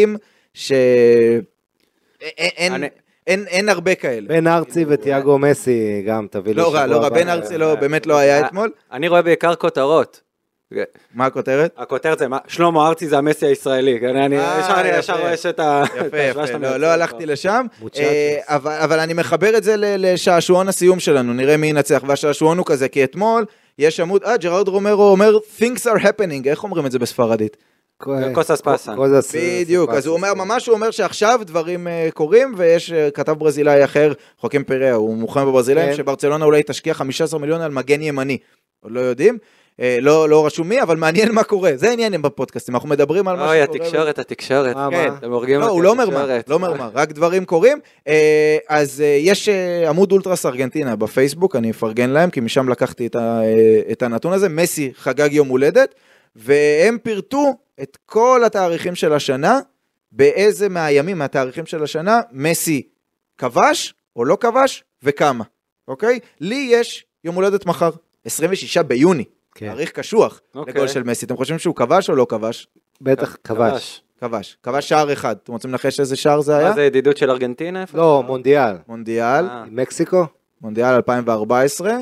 אין הרבה כאלה. בן ארצי וטיאגו מסי גם תביא לי. לא רע, בן ארצי לא, באמת לא היה אתמול. אני רואה בעיקר כותרות. מה הכותרת? הכותרת זה, שלמה ארצי זה המסי הישראלי, אני ישר רואה שאת ה... יפה, לא הלכתי לשם, אבל אני מחבר את זה לשעשועון הסיום שלנו, נראה מי ינצח, והשעשועון הוא כזה, כי אתמול יש עמוד, ג'רארד רומרו אומר, things are happening, איך אומרים את זה בספרדית? קוסס פסן. בדיוק, אז הוא אומר, ממש הוא אומר שעכשיו דברים קורים, ויש כתב ברזילאי אחר, חוקים פיראה, הוא מוכן בברזילאים, שברצלונה אולי תשקיע 15 מיליון על מגן ימני, עוד לא יודעים, לא רשום מי, אבל מעניין מה קורה, זה העניינים בפודקאסטים, אנחנו מדברים על מה שקורה. אוי, התקשורת. לא, הוא לא אומר מה, רק דברים קורים, אז יש עמוד אולטרס ארגנטינה בפייסבוק, אני אפרגן להם, כי משם לקחתי את הנתון הזה, מסי חגג יום הולדת, והם פירטו את כל התאריכים של השנה, באיזה מהימים מהתאריכים של השנה, מסי כבש או לא כבש, וכמה, אוקיי? לי יש יום הולדת מחר, 26 ביוני, תאריך קשוח לגול של מסי. אתם חושבים שהוא כבש או לא כבש? בטח כבש. כבש שער אחד. אתם רוצים לנחש איזה שער זה היה? מה זה, ידידות של ארגנטינה? לא, מונדיאל. מקסיקו? מונדיאל 2014.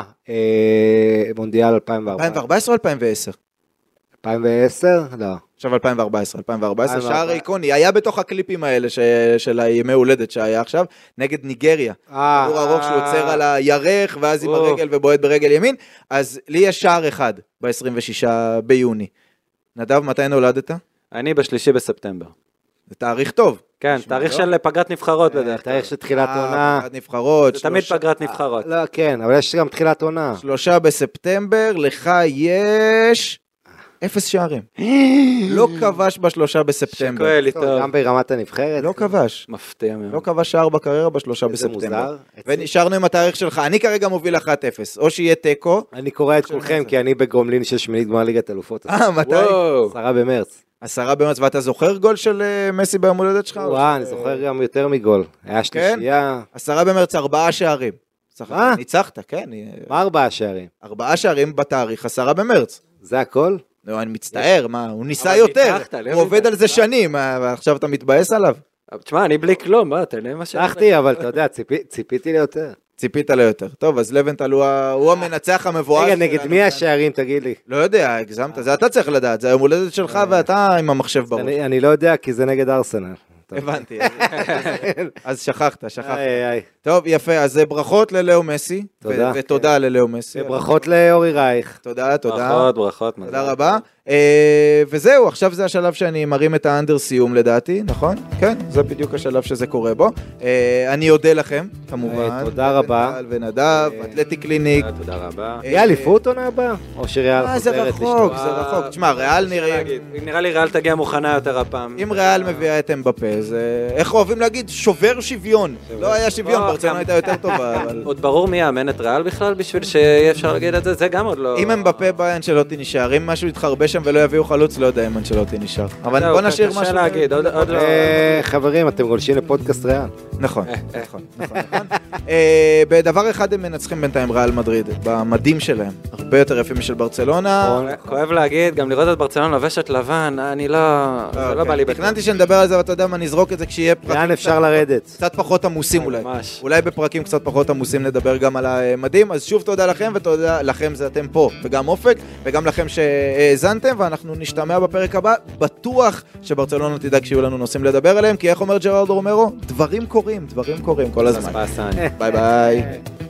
מונדיאל 2014. 2014 או 2010? 2010? לא. עכשיו 2014, שער איקוני, היה בתוך הקליפים האלה של הימי הולדת שהיה עכשיו, נגד ניגריה. כדור ארוך שהוא עוצר על הירך, ואז עם הרגל ובועט ברגל ימין, אז לי יש שער אחד ב-26 ביוני. נדב, מתי נולדת? אני ב3 בספטמבר. זה תאריך טוב. כן, תאריך של פגרת נבחרות בדרך כלל. תאריך של תחילת עונה. פגרת נבחרות. זה תמיד פגרת נבחרות. לא, כן, אבל יש גם תחילת עונה. 3 בספטמבר, לך יש 0 שערים. לא כבש ב3 בספטמבר. שקוה לי טוב. גם ברמת הנבחרת. לא כבש. מפתיע מאוד. לא כבש שער בקריירה ב3 בספטמבר. ונשארנו עם התאריך שלך. אני כרגע מוביל 1-0. או שיהיה טקו. אני קורא את כולכם, כי אני בגומלין של שמינית גמר ליגת אלופות. מתי? 10 במרץ. 10 במרץ, ואתה זוכר גול של מסי ביום הולדת שלך? אני זוכר גם יותר מגול. היה שלישייה. 10 במרץ, 4 שערים. ניצחת, כן. מה 4 שערים? 4 שערים בתאריך, 10 במרץ. זה הכל? לא, אני מצטער, מה, הוא ניסה יותר, הוא עובד על זה שנים, ועכשיו אתה מתבאס עליו? תשמע, אני בלי כלום, מה, אתה יודע מה שלחתי, אבל אתה יודע, ציפיתי ליותר. ציפית ליותר. טוב, אז לבנטל הוא המנצח המבואס. רגע, נגד מי השערים, תגיד לי? לא יודע, הגזמת, זה אתה צריך לדעת, זה היום הולדת שלך ואתה עם המחשב בראש. אני לא יודע, כי זה נגד ארסנל. הבנתי, אז שכחת. טוב, יפה, אז ברכות ללאו מסי, ותודה ללאו מסי. ברכות לאורי רייך. תודה. ברכות. תודה רבה. וזהו, עכשיו זה השלב שאני מרים את האנדר סיום לדעתי, נכון? כן, זה בדיוק השלב שזה קורה בו. אני אודה לכם, כמובן. תודה רבה. ונדב, אתלטי קליניק. תודה רבה. יהיה אליפות עונה הבאה? או שריאל זה רחוק. תשמע, ריאל נראה לי ריאל תגיע מוכנה יותר הפעם. אם ריאל מביאה את אמבפה, זה, איך אוהבים להגיד, שובר שוויון. לא היה שוויון, ברצלונה הייתה יותר טובה. עוד ברור מי יאמן את ריאל בכלל בשביל שיהיה אפשר להגיד את זה, זה גם עוד לא... אם אמבפה בא אנצ'לוטי נשאר, אם משהו יתחרבה שם ולא יביאו חלוץ, לא יודע אם אנצ'לוטי נשאר. אבל בוא נשאיר משהו. להגיד, עוד לא... חברים, אתם גולשים לפודקאסט ריאל. נכון. בדבר אחד הם מנצחים בינתיים ריאל מדריד, במדים שלהם, הרבה יותר יפים משל ברצלונה. כואב להגיד, גם לראות את ברצלונה לובשת לבן, אני לא בא לי בכלל. תכננתי שנדבר על זה, ואתה יודע מה, נזרוק את זה כשיהיה פרקים. לאן אפשר לרדת? קצת פחות עמוסים אולי. אולי בפרקים קצת פחות עמוסים נדבר גם על המדים, אז שוב תודה לכם, ותודה לכם זה אתם פה, וגם אופק, וגם לכם שהאזנתם, ואנחנו נשתמע בפרק הבא. בטוח שברצלונה תדאג שיהיו לנו נושאים לדבר עליהם, כי איך אומר ג'רארד רומרו? דברים קורים כל הזמן. ביי ביי.